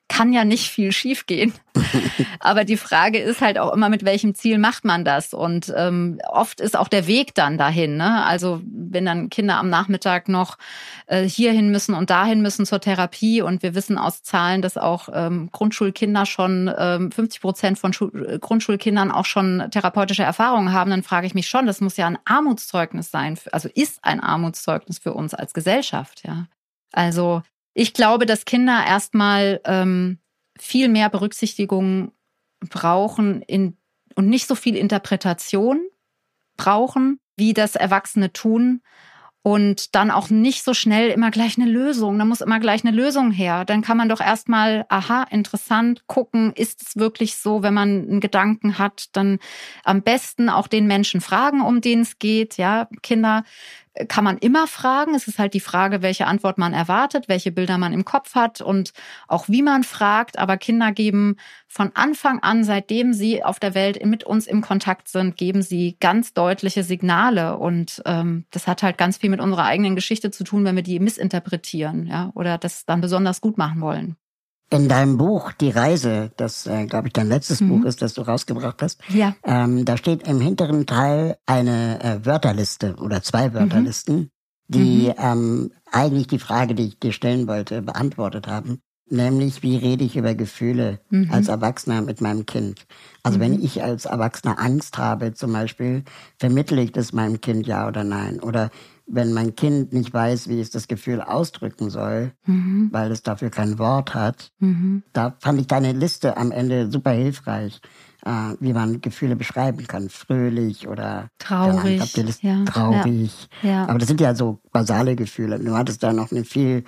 kann ja nicht viel schiefgehen. Aber die Frage ist halt auch immer, mit welchem Ziel macht man das? Und oft ist auch der Weg dann dahin. Ne? Also wenn dann Kinder am Nachmittag noch hierhin müssen und dahin müssen zur Therapie. Und wir wissen aus Zahlen, dass auch Grundschulkinder schon 50% von Grundschulkindern auch schon therapeutische Erfahrungen haben. Dann frage ich mich schon, das muss ja ein Armutszeugnis sein. Also ist ein Armutszeugnis für uns als Gesellschaft. Ja. Also ich glaube, dass Kinder erstmal viel mehr Berücksichtigung brauchen und nicht so viel Interpretation brauchen, wie das Erwachsene tun. Und dann auch nicht so schnell immer gleich eine Lösung. Da muss immer gleich eine Lösung her. Dann kann man doch erstmal, interessant gucken, ist es wirklich so, wenn man einen Gedanken hat, dann am besten auch den Menschen fragen, um den es geht. Ja, Kinder kann man immer fragen. Es ist halt die Frage, welche Antwort man erwartet, welche Bilder man im Kopf hat und auch wie man fragt. Aber Kinder geben von Anfang an, seitdem sie auf der Welt mit uns im Kontakt sind, geben sie ganz deutliche Signale. Und das hat halt ganz viel mit unserer eigenen Geschichte zu tun, wenn wir die missinterpretieren, ja, oder das dann besonders gut machen wollen. In deinem Buch Die Reise, das, glaube ich, dein letztes Buch ist, das du rausgebracht hast, ja. Da steht im hinteren Teil eine Wörterliste oder 2 Wörterlisten, die eigentlich die Frage, die ich dir stellen wollte, beantwortet haben. Nämlich, wie rede ich über Gefühle als Erwachsener mit meinem Kind? Also wenn ich als Erwachsener Angst habe zum Beispiel, vermittle ich das meinem Kind ja oder nein? Oder wenn mein Kind nicht weiß, wie es das Gefühl ausdrücken soll, weil es dafür kein Wort hat, da fand ich deine Liste am Ende super hilfreich, wie man Gefühle beschreiben kann. Fröhlich oder traurig. Traurig. Ja. Aber das sind ja so basale Gefühle. Du hattest da noch eine viel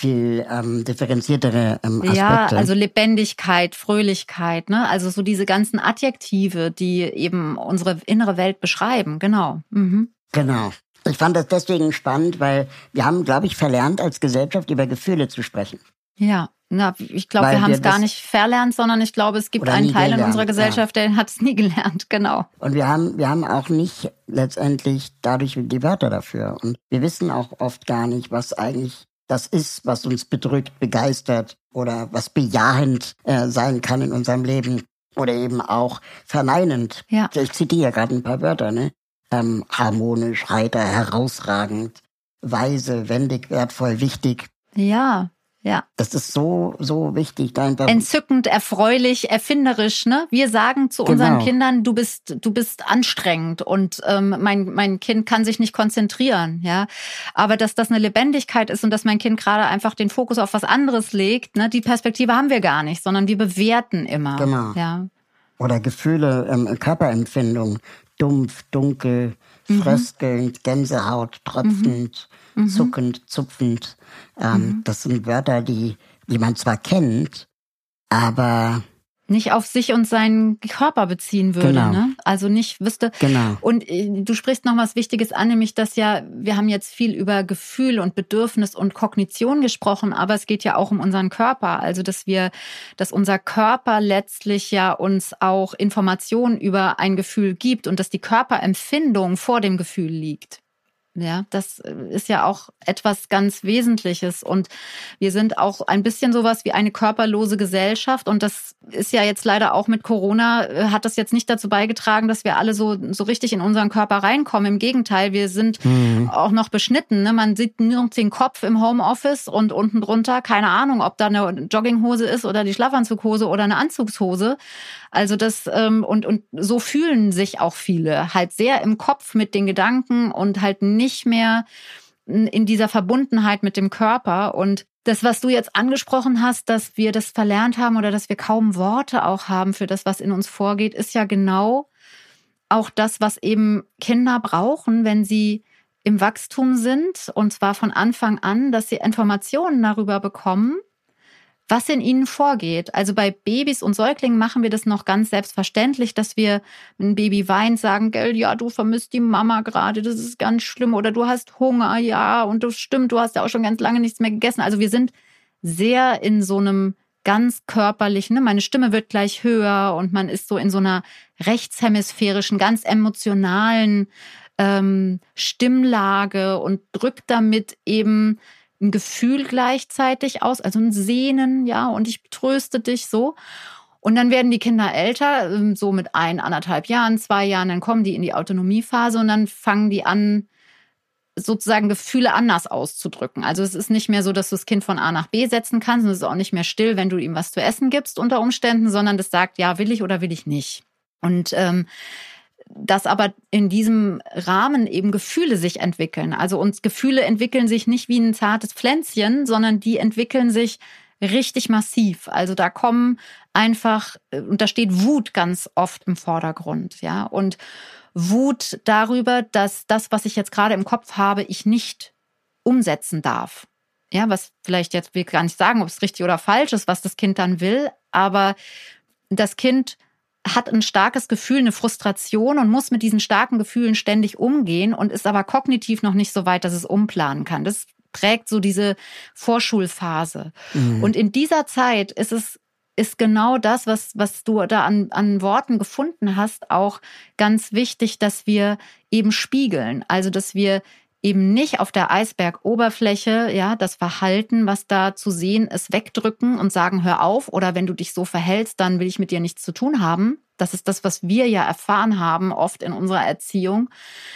differenziertere Aspekte. Ja, also Lebendigkeit, Fröhlichkeit, ne? Also so diese ganzen Adjektive, die eben unsere innere Welt beschreiben. Genau. Genau. Ich fand das deswegen spannend, weil wir haben, glaube ich, verlernt, als Gesellschaft über Gefühle zu sprechen. Ja, ich glaube, wir haben es gar nicht verlernt, sondern ich glaube, es gibt einen Teil in unserer Gesellschaft, der hat es nie gelernt, genau. Und wir haben auch nicht letztendlich dadurch die Wörter dafür. Und wir wissen auch oft gar nicht, was eigentlich das ist, was uns bedrückt, begeistert oder was bejahend sein kann in unserem Leben oder eben auch verneinend. Ja. Ich zitiere gerade ein paar Wörter, ne? Harmonisch, heiter, herausragend, weise, wendig, wertvoll, wichtig. Ja. Das ist so wichtig. Entzückend, erfreulich, erfinderisch, ne? Wir sagen zu unseren Kindern, du bist anstrengend und mein Kind kann sich nicht konzentrieren, ja. Aber dass das eine Lebendigkeit ist und dass mein Kind gerade einfach den Fokus auf was anderes legt, ne? Die Perspektive haben wir gar nicht, sondern wir bewerten immer. Genau. Ja. Oder Gefühle, Körperempfindung, dumpf, dunkel, fröstelnd, Gänsehaut, tropfend, zuckend, zupfend. Das sind Wörter, die man zwar kennt, aber nicht auf sich und seinen Körper beziehen würde, ne? Also nicht wüsste. Genau. Und du sprichst noch was Wichtiges an, nämlich wir haben jetzt viel über Gefühl und Bedürfnis und Kognition gesprochen, aber es geht ja auch um unseren Körper. Also dass unser Körper letztlich ja uns auch Informationen über ein Gefühl gibt und dass die Körperempfindung vor dem Gefühl liegt. Ja, das ist ja auch etwas ganz Wesentliches und wir sind auch ein bisschen sowas wie eine körperlose Gesellschaft und das ist ja jetzt leider auch mit Corona, hat das jetzt nicht dazu beigetragen, dass wir alle so richtig in unseren Körper reinkommen. Im Gegenteil, wir sind auch noch beschnitten. Ne? Man sieht nur den Kopf im Homeoffice und unten drunter, keine Ahnung, ob da eine Jogginghose ist oder die Schlafanzughose oder eine Anzugshose. Also das und so fühlen sich auch viele halt sehr im Kopf mit den Gedanken und halt nicht mehr in dieser Verbundenheit mit dem Körper. Und das, was du jetzt angesprochen hast, dass wir das verlernt haben oder dass wir kaum Worte auch haben für das, was in uns vorgeht, ist ja genau auch das, was eben Kinder brauchen, wenn sie im Wachstum sind. Und zwar von Anfang an, dass sie Informationen darüber bekommen, was in ihnen vorgeht. Also bei Babys und Säuglingen machen wir das noch ganz selbstverständlich, dass wir, wenn ein Baby weint, sagen, gell, ja, du vermisst die Mama gerade, das ist ganz schlimm. Oder du hast Hunger, ja, und das stimmt, du hast ja auch schon ganz lange nichts mehr gegessen. Also wir sind sehr in so einem ganz körperlichen, ne? Meine Stimme wird gleich höher und man ist so in so einer rechtshemisphärischen, ganz emotionalen Stimmlage und drückt damit eben ein Gefühl gleichzeitig aus, also ein Sehnen, ja, und ich tröste dich so. Und dann werden die Kinder älter, so mit 1,5 Jahren, 2 Jahren, dann kommen die in die Autonomiephase und dann fangen die an, sozusagen Gefühle anders auszudrücken. Also es ist nicht mehr so, dass du das Kind von A nach B setzen kannst und es ist auch nicht mehr still, wenn du ihm was zu essen gibst unter Umständen, sondern das sagt, ja, will ich oder will ich nicht. Und dass aber in diesem Rahmen eben Gefühle sich entwickeln. Also uns Gefühle entwickeln sich nicht wie ein zartes Pflänzchen, sondern die entwickeln sich richtig massiv. Also da kommen einfach, und da steht Wut ganz oft im Vordergrund, ja. Und Wut darüber, dass das, was ich jetzt gerade im Kopf habe, ich nicht umsetzen darf. Ja, was vielleicht jetzt, will gar nicht sagen, ob es richtig oder falsch ist, was das Kind dann will, aber das Kind hat ein starkes Gefühl, eine Frustration und muss mit diesen starken Gefühlen ständig umgehen und ist aber kognitiv noch nicht so weit, dass es umplanen kann. Das prägt so diese Vorschulphase. Mhm. Und in dieser Zeit ist genau das, was du da an Worten gefunden hast, auch ganz wichtig, dass wir eben spiegeln. Also, dass wir eben nicht auf der Eisbergoberfläche, ja, das Verhalten, was da zu sehen ist, wegdrücken und sagen, hör auf, oder wenn du dich so verhältst, dann will ich mit dir nichts zu tun haben. Das ist das, was wir ja erfahren haben, oft in unserer Erziehung,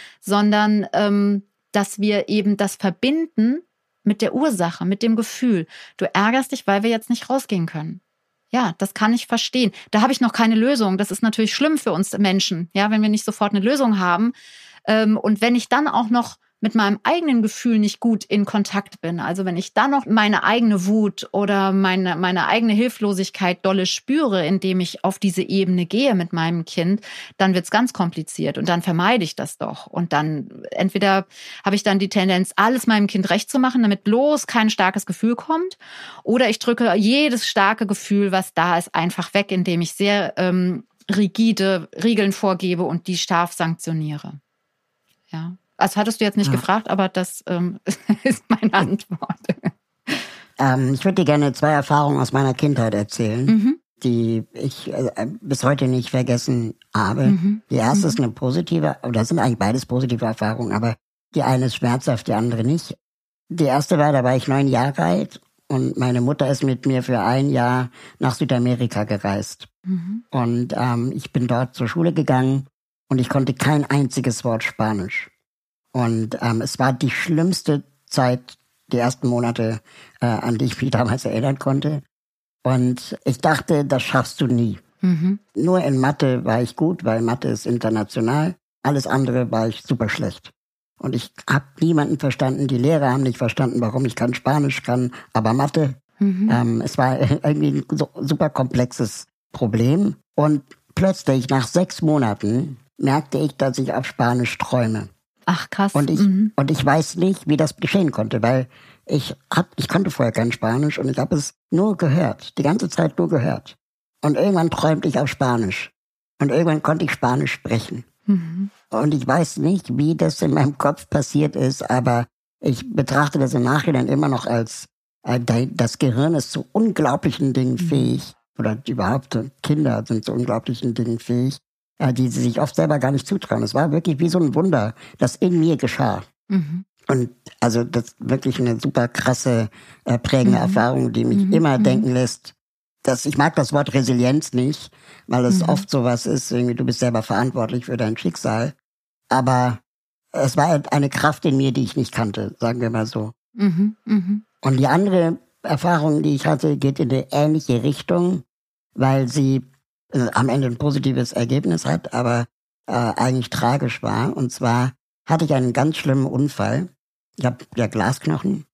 sondern dass wir eben das verbinden mit der Ursache, mit dem Gefühl. Du ärgerst dich, weil wir jetzt nicht rausgehen können. Ja, das kann ich verstehen. Da habe ich noch keine Lösung. Das ist natürlich schlimm für uns Menschen, ja, wenn wir nicht sofort eine Lösung haben. Und wenn ich dann auch noch mit meinem eigenen Gefühl nicht gut in Kontakt bin, also wenn ich dann noch meine eigene Wut oder meine eigene Hilflosigkeit dolle spüre, indem ich auf diese Ebene gehe mit meinem Kind, dann wird's ganz kompliziert und dann vermeide ich das doch. Und dann entweder habe ich dann die Tendenz, alles meinem Kind recht zu machen, damit bloß kein starkes Gefühl kommt, oder ich drücke jedes starke Gefühl, was da ist, einfach weg, indem ich sehr rigide Regeln vorgebe und die scharf sanktioniere. Ja. Also hattest du jetzt nicht gefragt, aber das ist meine Antwort. Ich würde dir gerne 2 Erfahrungen aus meiner Kindheit erzählen, die ich bis heute nicht vergessen habe. Die erste ist eine positive, oder das sind eigentlich beides positive Erfahrungen, aber die eine ist schmerzhaft, die andere nicht. Die erste war, da war ich 9 Jahre alt und meine Mutter ist mit mir für 1 Jahr nach Südamerika gereist. Und ich bin dort zur Schule gegangen und ich konnte kein einziges Wort Spanisch. Und es war die schlimmste Zeit, die ersten Monate, an die ich mich damals erinnern konnte. Und ich dachte, das schaffst du nie. Nur in Mathe war ich gut, weil Mathe ist international. Alles andere war ich super schlecht. Und ich habe niemanden verstanden. Die Lehrer haben nicht verstanden, warum ich kein Spanisch kann, aber Mathe. Es war irgendwie ein super komplexes Problem. Und plötzlich, nach 6 Monaten, merkte ich, dass ich auf Spanisch träume. Ach, krass. Und ich weiß nicht, wie das geschehen konnte, weil ich konnte vorher kein Spanisch und ich habe es nur gehört, die ganze Zeit nur gehört. Und irgendwann träumte ich auf Spanisch. Und irgendwann konnte ich Spanisch sprechen. Und ich weiß nicht, wie das in meinem Kopf passiert ist, aber ich betrachte das im Nachhinein immer noch als, das Gehirn ist zu unglaublichen Dingen fähig, oder überhaupt Kinder sind zu unglaublichen Dingen fähig, die sie sich oft selber gar nicht zutrauen. Es war wirklich wie so ein Wunder, das in mir geschah. Und also das ist wirklich eine super krasse, prägende Erfahrung, die mich immer denken lässt, dass ich mag das Wort Resilienz nicht, weil es oft sowas ist, irgendwie du bist selber verantwortlich für dein Schicksal. Aber es war eine Kraft in mir, die ich nicht kannte, sagen wir mal so. Und die andere Erfahrung, die ich hatte, geht in eine ähnliche Richtung, weil sie am Ende ein positives Ergebnis hat, aber eigentlich tragisch war. Und zwar hatte ich einen ganz schlimmen Unfall. Ich habe ja Glasknochen.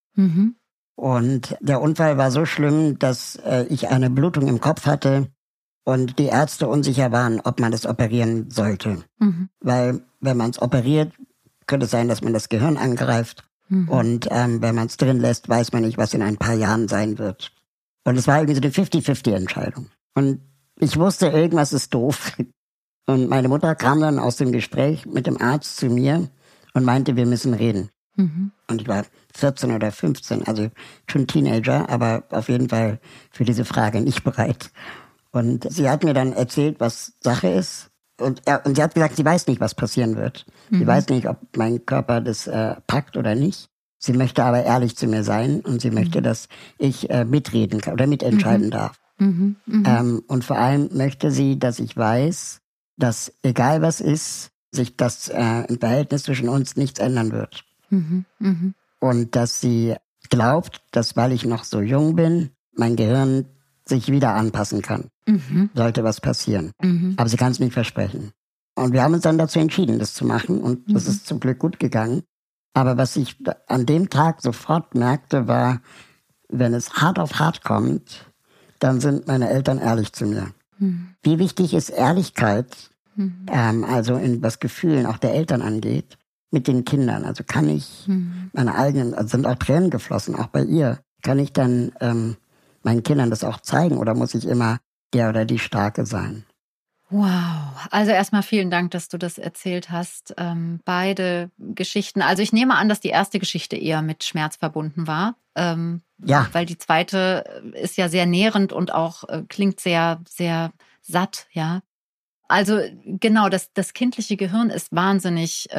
Und der Unfall war so schlimm, dass ich eine Blutung im Kopf hatte und die Ärzte unsicher waren, ob man das operieren sollte. Weil wenn man es operiert, könnte es sein, dass man das Gehirn angreift. Und wenn man es drin lässt, weiß man nicht, was in ein paar Jahren sein wird. Und es war irgendwie so eine 50-50-Entscheidung. Und ich wusste, irgendwas ist doof. Und meine Mutter kam dann aus dem Gespräch mit dem Arzt zu mir und meinte, wir müssen reden. Und ich war 14 oder 15, also schon Teenager, aber auf jeden Fall für diese Frage nicht bereit. Und sie hat mir dann erzählt, was Sache ist. Und sie hat gesagt, sie weiß nicht, was passieren wird. Sie weiß nicht, ob mein Körper das packt oder nicht. Sie möchte aber ehrlich zu mir sein und sie möchte, dass ich mitreden kann oder mitentscheiden darf. Und vor allem möchte sie, dass ich weiß, dass egal was ist, sich das im Verhältnis zwischen uns nichts ändern wird. Und dass sie glaubt, dass weil ich noch so jung bin, mein Gehirn sich wieder anpassen kann. Sollte was passieren. Aber sie kann es nicht versprechen. Und wir haben uns dann dazu entschieden, das zu machen. Und das ist zum Glück gut gegangen. Aber was ich an dem Tag sofort merkte, war, wenn es hart auf hart kommt, dann sind meine Eltern ehrlich zu mir. Wie wichtig ist Ehrlichkeit, also in was Gefühlen auch der Eltern angeht, mit den Kindern? Also kann ich meine eigenen, also sind auch Tränen geflossen, auch bei ihr, kann ich dann meinen Kindern das auch zeigen oder muss ich immer der oder die Starke sein? Wow, also erstmal vielen Dank, dass du das erzählt hast. Beide Geschichten, also ich nehme an, dass die erste Geschichte eher mit Schmerz verbunden war. Ja. Weil die zweite ist ja sehr nährend und auch klingt sehr, sehr satt, ja. Also genau, das kindliche Gehirn ist wahnsinnig,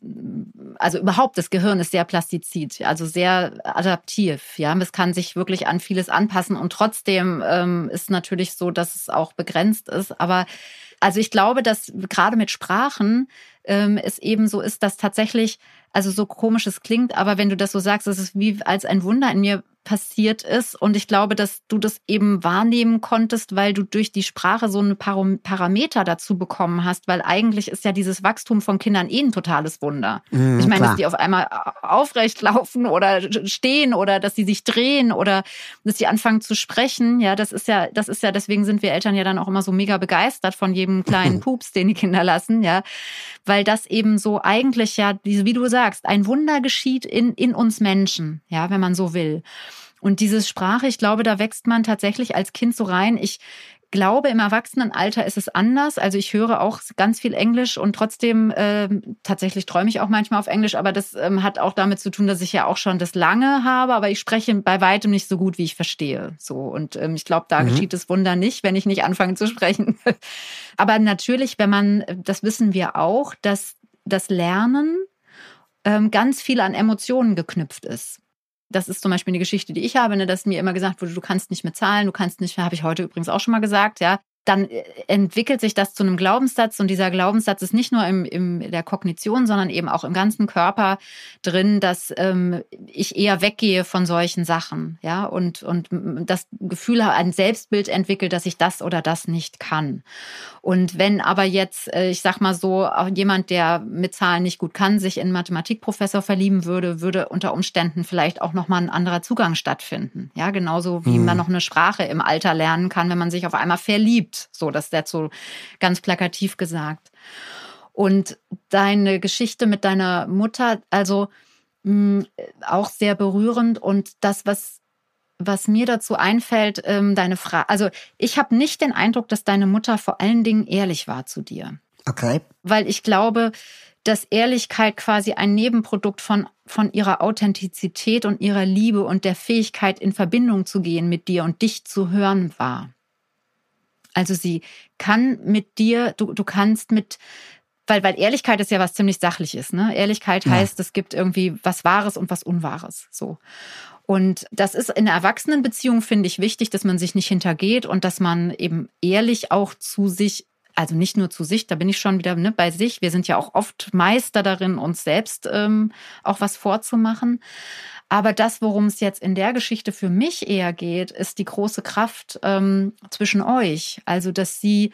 also überhaupt das Gehirn ist sehr plastizid, also sehr adaptiv, ja. Es kann sich wirklich an vieles anpassen und trotzdem ist natürlich so, dass es auch begrenzt ist. Aber also ich glaube, dass gerade mit Sprachen es eben so ist, dass tatsächlich, also so komisch es klingt, aber wenn du das so sagst, es ist wie als ein Wunder in mir passiert ist. Und ich glaube, dass du das eben wahrnehmen konntest, weil du durch die Sprache so eine Parameter dazu bekommen hast, weil eigentlich ist ja dieses Wachstum von Kindern ein totales Wunder. Ich meine, dass die auf einmal aufrecht laufen oder stehen oder dass sie sich drehen oder dass sie anfangen zu sprechen. Ja, das ist ja, deswegen sind wir Eltern ja dann auch immer so mega begeistert von jedem kleinen Pups, den die Kinder lassen, ja. Weil das eben so eigentlich ja, wie du sagst, ein Wunder geschieht in uns Menschen, ja, wenn man so will. Und diese Sprache, ich glaube, da wächst man tatsächlich als Kind so rein. Ich glaube, im Erwachsenenalter ist es anders. Also ich höre auch ganz viel Englisch und trotzdem tatsächlich träume ich auch manchmal auf Englisch. Aber das hat auch damit zu tun, dass ich ja auch schon das lange habe. Aber ich spreche bei weitem nicht so gut, wie ich verstehe. So und ich glaube, da geschieht das Wunder nicht, wenn ich nicht anfange zu sprechen. Aber natürlich, wenn man, das wissen wir auch, dass das Lernen ganz viel an Emotionen geknüpft ist. Das ist zum Beispiel eine Geschichte, die ich habe, ne, dass mir immer gesagt wurde, du kannst nicht mehr zahlen, du kannst nicht mehr, habe ich heute übrigens auch schon mal gesagt, ja. Dann entwickelt sich das zu einem Glaubenssatz und dieser Glaubenssatz ist nicht nur in der Kognition, sondern eben auch im ganzen Körper drin, dass ich eher weggehe von solchen Sachen, ja, und das Gefühl habe, ein Selbstbild entwickelt, dass ich das oder das nicht kann. Und wenn aber jetzt, ich sag mal so, auch jemand, der mit Zahlen nicht gut kann, sich in einen Mathematikprofessor verlieben würde unter Umständen vielleicht auch nochmal ein anderer Zugang stattfinden, ja, genauso wie man noch eine Sprache im Alter lernen kann, wenn man sich auf einmal verliebt. So, das ist jetzt so ganz plakativ gesagt. Und deine Geschichte mit deiner Mutter, also auch sehr berührend. Und das, was mir dazu einfällt, deine Frage, also ich habe nicht den Eindruck, dass deine Mutter vor allen Dingen ehrlich war zu dir. Okay. Weil ich glaube, dass Ehrlichkeit quasi ein Nebenprodukt von ihrer Authentizität und ihrer Liebe und der Fähigkeit, in Verbindung zu gehen mit dir und dich zu hören war. Also sie kann mit dir, du kannst mit, weil Ehrlichkeit ist ja was ziemlich Sachliches, ne? Ehrlichkeit heißt, es gibt irgendwie was Wahres und was Unwahres, so. Und das ist in der Erwachsenenbeziehung, finde ich, wichtig, dass man sich nicht hintergeht und dass man eben ehrlich auch zu sich, also nicht nur zu sich, da bin ich schon wieder bei sich. Wir sind ja auch oft Meister darin, uns selbst auch was vorzumachen. Aber das, worum es jetzt in der Geschichte für mich eher geht, ist die große Kraft zwischen euch. Also, dass sie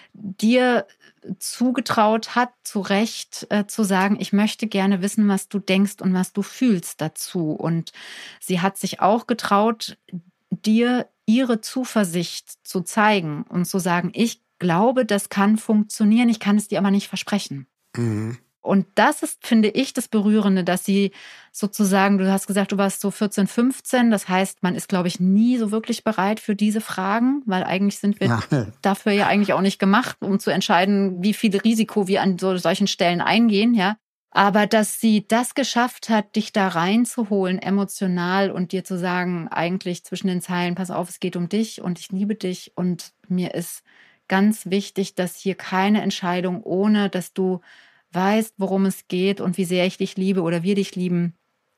dir zugetraut hat, zu Recht zu sagen, ich möchte gerne wissen, was du denkst und was du fühlst dazu. Und sie hat sich auch getraut, dir ihre Zuversicht zu zeigen und zu sagen, ich glaube, das kann funktionieren, ich kann es dir aber nicht versprechen. Und das ist, finde ich, das Berührende, dass sie sozusagen, du hast gesagt, du warst so 14, 15, das heißt, man ist, glaube ich, nie so wirklich bereit für diese Fragen, weil eigentlich sind wir dafür ja eigentlich auch nicht gemacht, um zu entscheiden, wie viel Risiko wir an solchen Stellen eingehen, ja. Aber dass sie das geschafft hat, dich da reinzuholen, emotional und dir zu sagen, eigentlich zwischen den Zeilen, pass auf, es geht um dich und ich liebe dich und mir ist ganz wichtig, dass hier keine Entscheidung, ohne dass du weißt, worum es geht und wie sehr ich dich liebe oder wir dich lieben,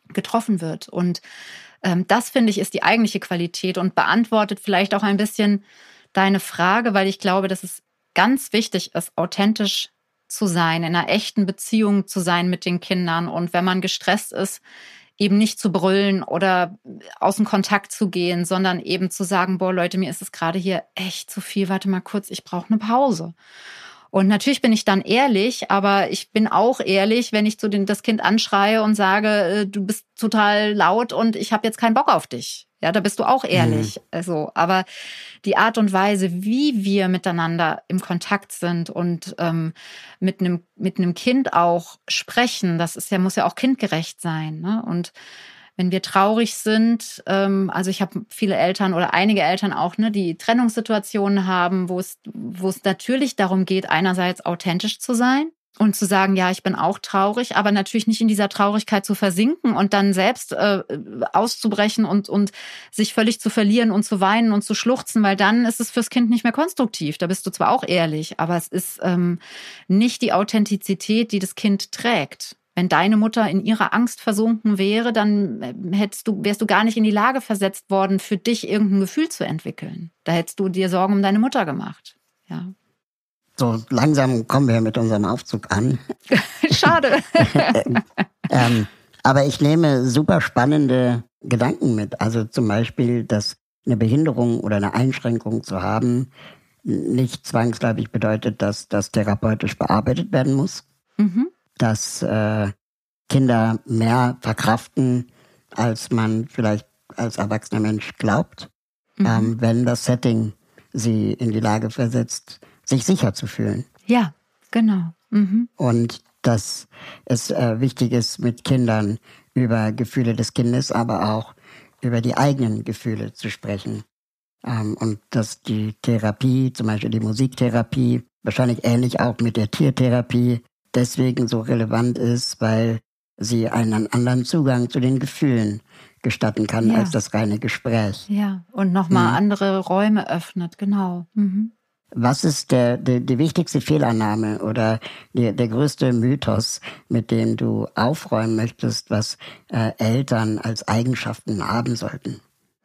getroffen wird. Und das, finde ich, ist die eigentliche Qualität und beantwortet vielleicht auch ein bisschen deine Frage, weil ich glaube, dass es ganz wichtig ist, authentisch zu sein, in einer echten Beziehung zu sein mit den Kindern. Und wenn man gestresst ist, eben nicht zu brüllen oder aus dem Kontakt zu gehen, sondern eben zu sagen, boah Leute, mir ist es gerade hier echt zu viel, warte mal kurz, ich brauche eine Pause. Und natürlich bin ich dann ehrlich, aber ich bin auch ehrlich, wenn ich das Kind anschreie und sage, du bist total laut und ich habe jetzt keinen Bock auf dich. Ja, da bist du auch ehrlich. Also, aber die Art und Weise, wie wir miteinander im Kontakt sind und mit einem Kind auch sprechen, muss ja auch kindgerecht sein. Ne? Und wenn wir traurig sind, also ich habe viele Eltern oder einige Eltern auch, ne, die Trennungssituationen haben, wo es natürlich darum geht, einerseits authentisch zu sein und zu sagen, ja, ich bin auch traurig, aber natürlich nicht in dieser Traurigkeit zu versinken und dann selbst auszubrechen und sich völlig zu verlieren und zu weinen und zu schluchzen, weil dann ist es fürs Kind nicht mehr konstruktiv. Da bist du zwar auch ehrlich, aber es ist nicht die Authentizität, die das Kind trägt. Wenn deine Mutter in ihrer Angst versunken wäre, dann wärst du gar nicht in die Lage versetzt worden, für dich irgendein Gefühl zu entwickeln. Da hättest du dir Sorgen um deine Mutter gemacht. Ja. So langsam kommen wir mit unserem Aufzug an. Schade. Aber ich nehme super spannende Gedanken mit. Also zum Beispiel, dass eine Behinderung oder eine Einschränkung zu haben nicht zwangsläufig bedeutet, dass das therapeutisch bearbeitet werden muss. Mhm. Dass Kinder mehr verkraften, als man vielleicht als erwachsener Mensch glaubt, wenn das Setting sie in die Lage versetzt, sich sicher zu fühlen. Ja, genau. Mhm. Und dass es wichtig ist, mit Kindern über Gefühle des Kindes, aber auch über die eigenen Gefühle zu sprechen. Und dass die Therapie, zum Beispiel die Musiktherapie, wahrscheinlich ähnlich auch mit der Tiertherapie, deswegen so relevant ist, weil sie einen anderen Zugang zu den Gefühlen gestatten kann als das reine Gespräch. Ja, und nochmal andere Räume öffnet, genau. Mhm. Was ist die wichtigste Fehlannahme oder der größte Mythos, mit dem du aufräumen möchtest, was Eltern als Eigenschaften haben sollten?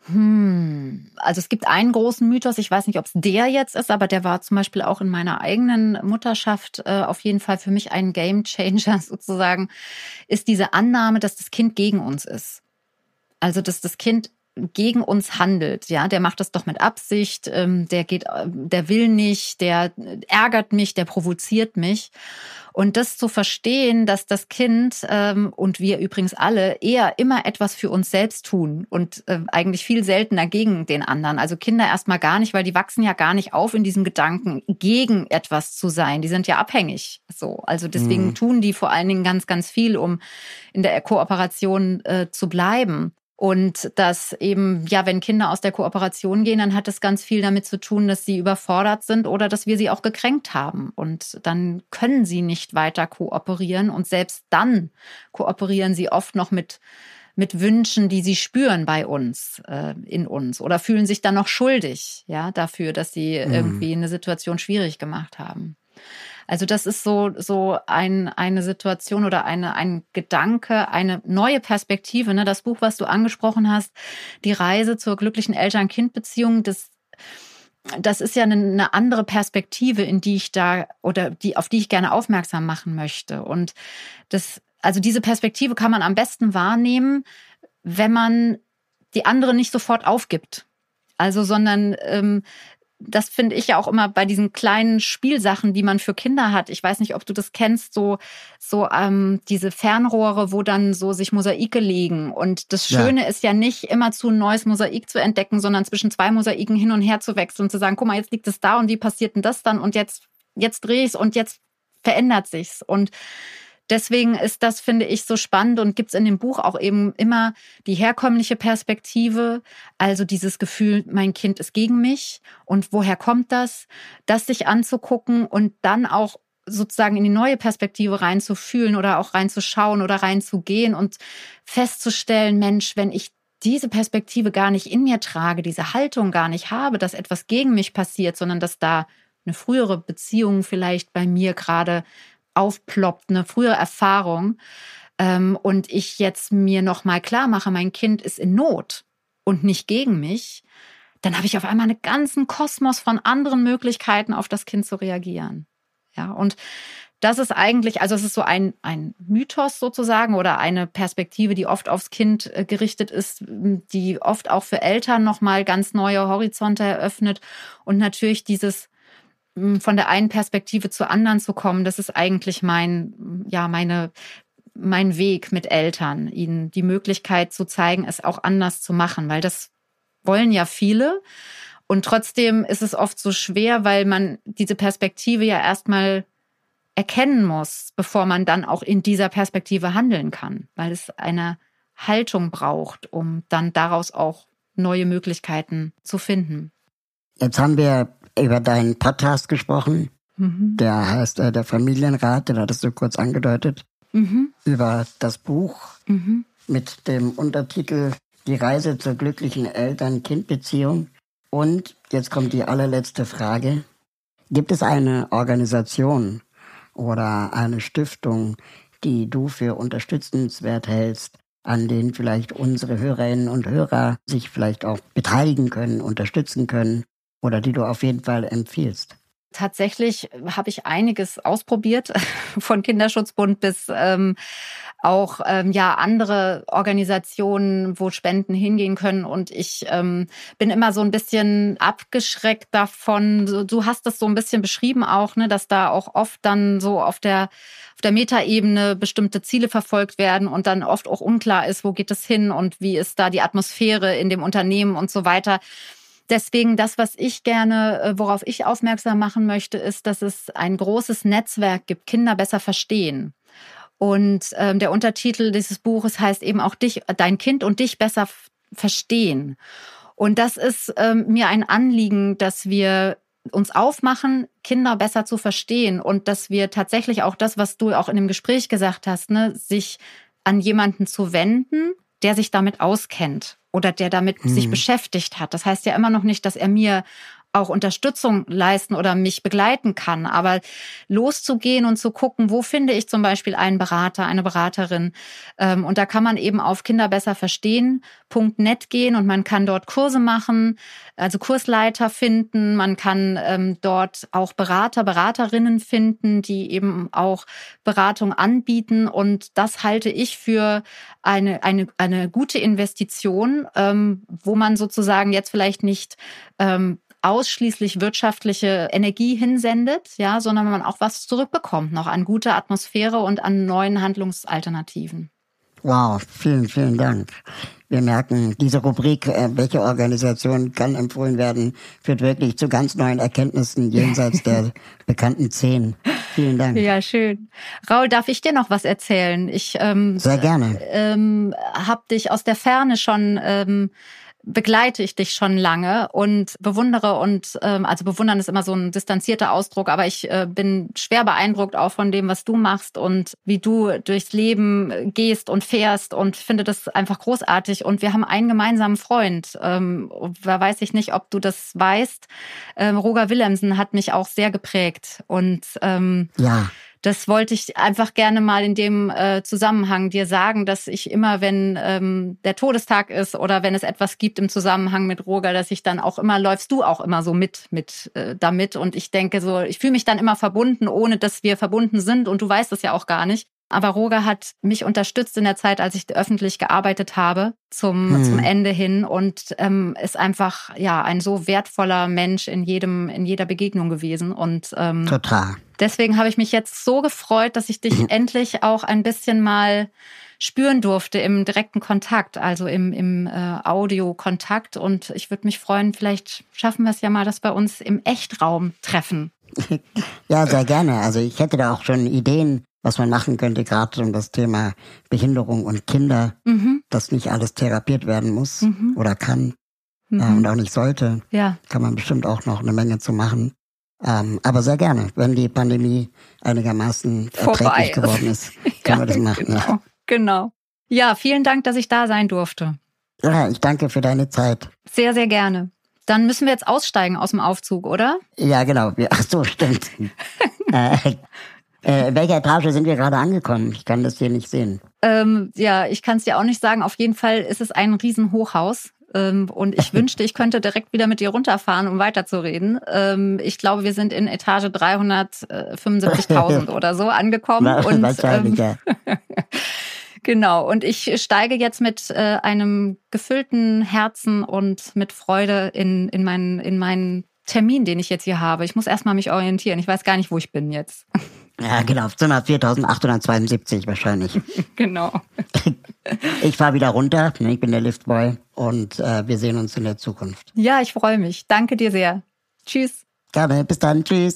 Also es gibt einen großen Mythos, ich weiß nicht, ob es der jetzt ist, aber der war zum Beispiel auch in meiner eigenen Mutterschaft auf jeden Fall für mich ein Gamechanger sozusagen, ist diese Annahme, dass das Kind gegen uns ist. Also dass das Kind gegen uns handelt, ja, der macht das doch mit Absicht, der will nicht, der ärgert mich, der provoziert mich. Und das zu verstehen, dass das Kind und wir übrigens alle eher immer etwas für uns selbst tun und eigentlich viel seltener gegen den anderen. Also Kinder erstmal gar nicht, weil die wachsen ja gar nicht auf in diesem Gedanken, gegen etwas zu sein. Die sind ja abhängig. So, also deswegen tun die vor allen Dingen ganz, ganz viel, um in der Kooperation zu bleiben. Und dass eben, ja, wenn Kinder aus der Kooperation gehen, dann hat das ganz viel damit zu tun, dass sie überfordert sind oder dass wir sie auch gekränkt haben. Und dann können sie nicht weiter kooperieren. Und selbst dann kooperieren sie oft noch mit Wünschen, die sie spüren bei uns, in uns. Oder fühlen sich dann noch schuldig, ja, dafür, dass sie irgendwie eine Situation schwierig gemacht haben. Also das ist so eine Situation oder ein Gedanke, eine neue Perspektive. Ne? Das Buch, was du angesprochen hast, die Reise zur glücklichen Eltern-Kind-Beziehung, das ist ja eine andere Perspektive, auf die ich gerne aufmerksam machen möchte. Und also diese Perspektive kann man am besten wahrnehmen, wenn man die andere nicht sofort aufgibt. Also, sondern das finde ich ja auch immer bei diesen kleinen Spielsachen, die man für Kinder hat. Ich weiß nicht, ob du das kennst, so diese Fernrohre, wo dann so sich Mosaike legen. Und das Schöne ist ja nicht immer ein neues Mosaik zu entdecken, sondern zwischen zwei Mosaiken hin und her zu wechseln und zu sagen, guck mal, jetzt liegt es da und wie passiert denn das dann? Und jetzt drehe ich es und jetzt verändert sich's. Und deswegen ist das, finde ich, so spannend und gibt's in dem Buch auch eben immer die herkömmliche Perspektive, also dieses Gefühl, mein Kind ist gegen mich und woher kommt das sich anzugucken und dann auch sozusagen in die neue Perspektive reinzufühlen oder auch reinzuschauen oder reinzugehen und festzustellen, Mensch, wenn ich diese Perspektive gar nicht in mir trage, diese Haltung gar nicht habe, dass etwas gegen mich passiert, sondern dass da eine frühere Beziehung vielleicht bei mir gerade aufploppt, eine frühere Erfahrung, und ich jetzt mir nochmal klar mache, mein Kind ist in Not und nicht gegen mich, dann habe ich auf einmal einen ganzen Kosmos von anderen Möglichkeiten, auf das Kind zu reagieren. Ja, und das ist eigentlich, also es ist so ein Mythos sozusagen oder eine Perspektive, die oft aufs Kind gerichtet ist, die oft auch für Eltern nochmal ganz neue Horizonte eröffnet. Und natürlich dieses von der einen Perspektive zur anderen zu kommen, das ist eigentlich mein Weg mit Eltern, ihnen die Möglichkeit zu zeigen, es auch anders zu machen, weil das wollen ja viele. Und trotzdem ist es oft so schwer, weil man diese Perspektive ja erstmal erkennen muss, bevor man dann auch in dieser Perspektive handeln kann, weil es eine Haltung braucht, um dann daraus auch neue Möglichkeiten zu finden. Jetzt haben wir über deinen Podcast gesprochen, der heißt der Familienrat, den hattest du kurz angedeutet, über das Buch mit dem Untertitel Die Reise zur glücklichen Eltern-Kind-Beziehung. Und jetzt kommt die allerletzte Frage. Gibt es eine Organisation oder eine Stiftung, die du für unterstützenswert hältst, an denen vielleicht unsere Hörerinnen und Hörer sich vielleicht auch beteiligen können, unterstützen können oder die du auf jeden Fall empfiehlst? Tatsächlich habe ich einiges ausprobiert, von Kinderschutzbund bis auch andere Organisationen, wo Spenden hingehen können. Und ich bin immer so ein bisschen abgeschreckt davon. Du hast das so ein bisschen beschrieben auch, ne, dass da auch oft dann so auf der Metaebene bestimmte Ziele verfolgt werden und dann oft auch unklar ist, wo geht es hin und wie ist da die Atmosphäre in dem Unternehmen und so weiter. Deswegen das, was ich gerne, worauf ich aufmerksam machen möchte, ist, dass es ein großes Netzwerk gibt, Kinder besser verstehen. Und der Untertitel dieses Buches heißt eben auch dein Kind und dich besser verstehen. Und das ist mir ein Anliegen, dass wir uns aufmachen, Kinder besser zu verstehen und dass wir tatsächlich auch das, was du auch in dem Gespräch gesagt hast, ne, sich an jemanden zu wenden, der sich damit auskennt oder der damit sich beschäftigt hat. Das heißt ja immer noch nicht, dass er mir auch Unterstützung leisten oder mich begleiten kann. Aber loszugehen und zu gucken, wo finde ich zum Beispiel einen Berater, eine Beraterin. Und da kann man eben auf kinderbesserverstehen.net gehen und man kann dort Kurse machen, also Kursleiter finden. Man kann dort auch Berater, Beraterinnen finden, die eben auch Beratung anbieten. Und das halte ich für eine gute Investition, wo man sozusagen jetzt vielleicht nicht ausschließlich wirtschaftliche Energie hinsendet, ja, sondern man auch was zurückbekommt, noch an guter Atmosphäre und an neuen Handlungsalternativen. Wow, vielen, vielen Dank. Wir merken, diese Rubrik, welche Organisation kann empfohlen werden, führt wirklich zu ganz neuen Erkenntnissen jenseits der bekannten 10. Vielen Dank. Ja, schön. Raul, darf ich dir noch was erzählen? Ich sehr gerne. Habe dich aus der Ferne schon begleite ich dich schon lange und bewundere also bewundern ist immer so ein distanzierter Ausdruck, aber ich bin schwer beeindruckt auch von dem, was du machst und wie du durchs Leben gehst und fährst und finde das einfach großartig. Und wir haben einen gemeinsamen Freund, da weiß ich nicht, ob du das weißt, Roger Willemsen hat mich auch sehr geprägt und ja. Das wollte ich einfach gerne mal in dem Zusammenhang dir sagen, dass ich immer, wenn der Todestag ist oder wenn es etwas gibt im Zusammenhang mit Roger, dass ich dann auch immer, läufst du auch immer so damit. Und ich denke so, ich fühle mich dann immer verbunden, ohne dass wir verbunden sind. Und du weißt es ja auch gar nicht. Aber Roger hat mich unterstützt in der Zeit, als ich öffentlich gearbeitet habe, zum Ende hin und ist einfach ein so wertvoller Mensch in jeder Begegnung gewesen. Und total. Deswegen habe ich mich jetzt so gefreut, dass ich dich endlich auch ein bisschen mal spüren durfte im direkten Kontakt, also im Audiokontakt. Und ich würde mich freuen, vielleicht schaffen wir es ja mal, dass wir uns im Echtraum treffen. Ja, sehr gerne. Also ich hätte da auch schon Ideen, was man machen könnte, gerade um das Thema Behinderung und Kinder, dass nicht alles therapiert werden muss oder kann und auch nicht sollte. Ja. Kann man bestimmt auch noch eine Menge zu machen. Aber sehr gerne, wenn die Pandemie einigermaßen erträglich geworden ist, können wir das machen. Genau. Ja, vielen Dank, dass ich da sein durfte. Ja, ich danke für deine Zeit. Sehr, sehr gerne. Dann müssen wir jetzt aussteigen aus dem Aufzug, oder? Ja, genau. Ach so, stimmt. In welcher Etage sind wir gerade angekommen? Ich kann das hier nicht sehen. Ja, ich kann es dir auch nicht sagen. Auf jeden Fall ist es ein Riesenhochhaus. Und ich wünschte, ich könnte direkt wieder mit dir runterfahren, um weiterzureden. Ich glaube, wir sind in Etage 375.000 oder so angekommen. Wahrscheinlich, ja. Genau, und ich steige jetzt mit einem gefüllten Herzen und mit Freude in meinen Termin, den ich jetzt hier habe. Ich muss erstmal mich orientieren. Ich weiß gar nicht, wo ich bin jetzt. Ja, genau, Zimmer 4872 wahrscheinlich. Genau. Ich fahre wieder runter, ich bin der Liftboy und wir sehen uns in der Zukunft. Ja, ich freue mich. Danke dir sehr. Tschüss. Gerne, bis dann, tschüss.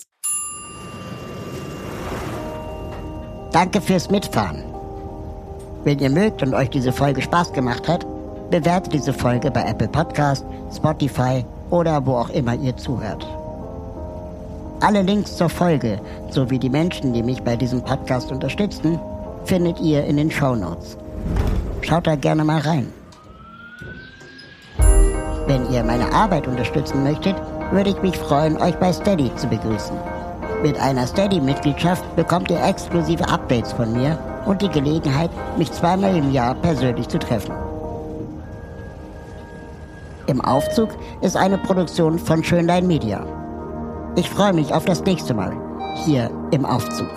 Danke fürs Mitfahren. Wenn ihr mögt und euch diese Folge Spaß gemacht hat, bewertet diese Folge bei Apple Podcast, Spotify oder wo auch immer ihr zuhört. Alle Links zur Folge sowie die Menschen, die mich bei diesem Podcast unterstützen, findet ihr in den Shownotes. Schaut da gerne mal rein. Wenn ihr meine Arbeit unterstützen möchtet, würde ich mich freuen, euch bei Steady zu begrüßen. Mit einer Steady-Mitgliedschaft bekommt ihr exklusive Updates von mir und die Gelegenheit, mich zweimal im Jahr persönlich zu treffen. Im Aufzug ist eine Produktion von Schönlein Media. Ich freue mich auf das nächste Mal, hier im Aufzug.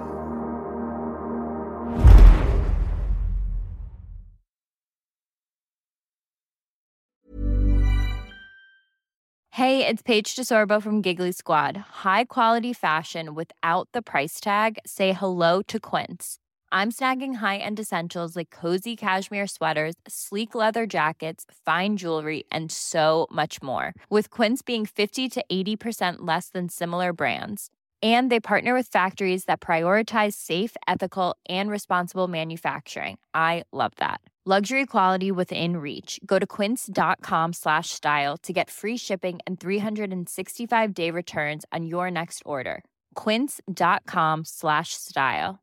Hey, it's Paige DeSorbo from Giggly Squad. High quality fashion without the price tag. Say hello to Quince. I'm snagging high-end essentials like cozy cashmere sweaters, sleek leather jackets, fine jewelry, and so much more. With Quince being 50 to 80% less than similar brands. And they partner with factories that prioritize safe, ethical, and responsible manufacturing. I love that. Luxury quality within reach. Go to quince.com/style to get free shipping and 365-day returns on your next order. Quince.com/style.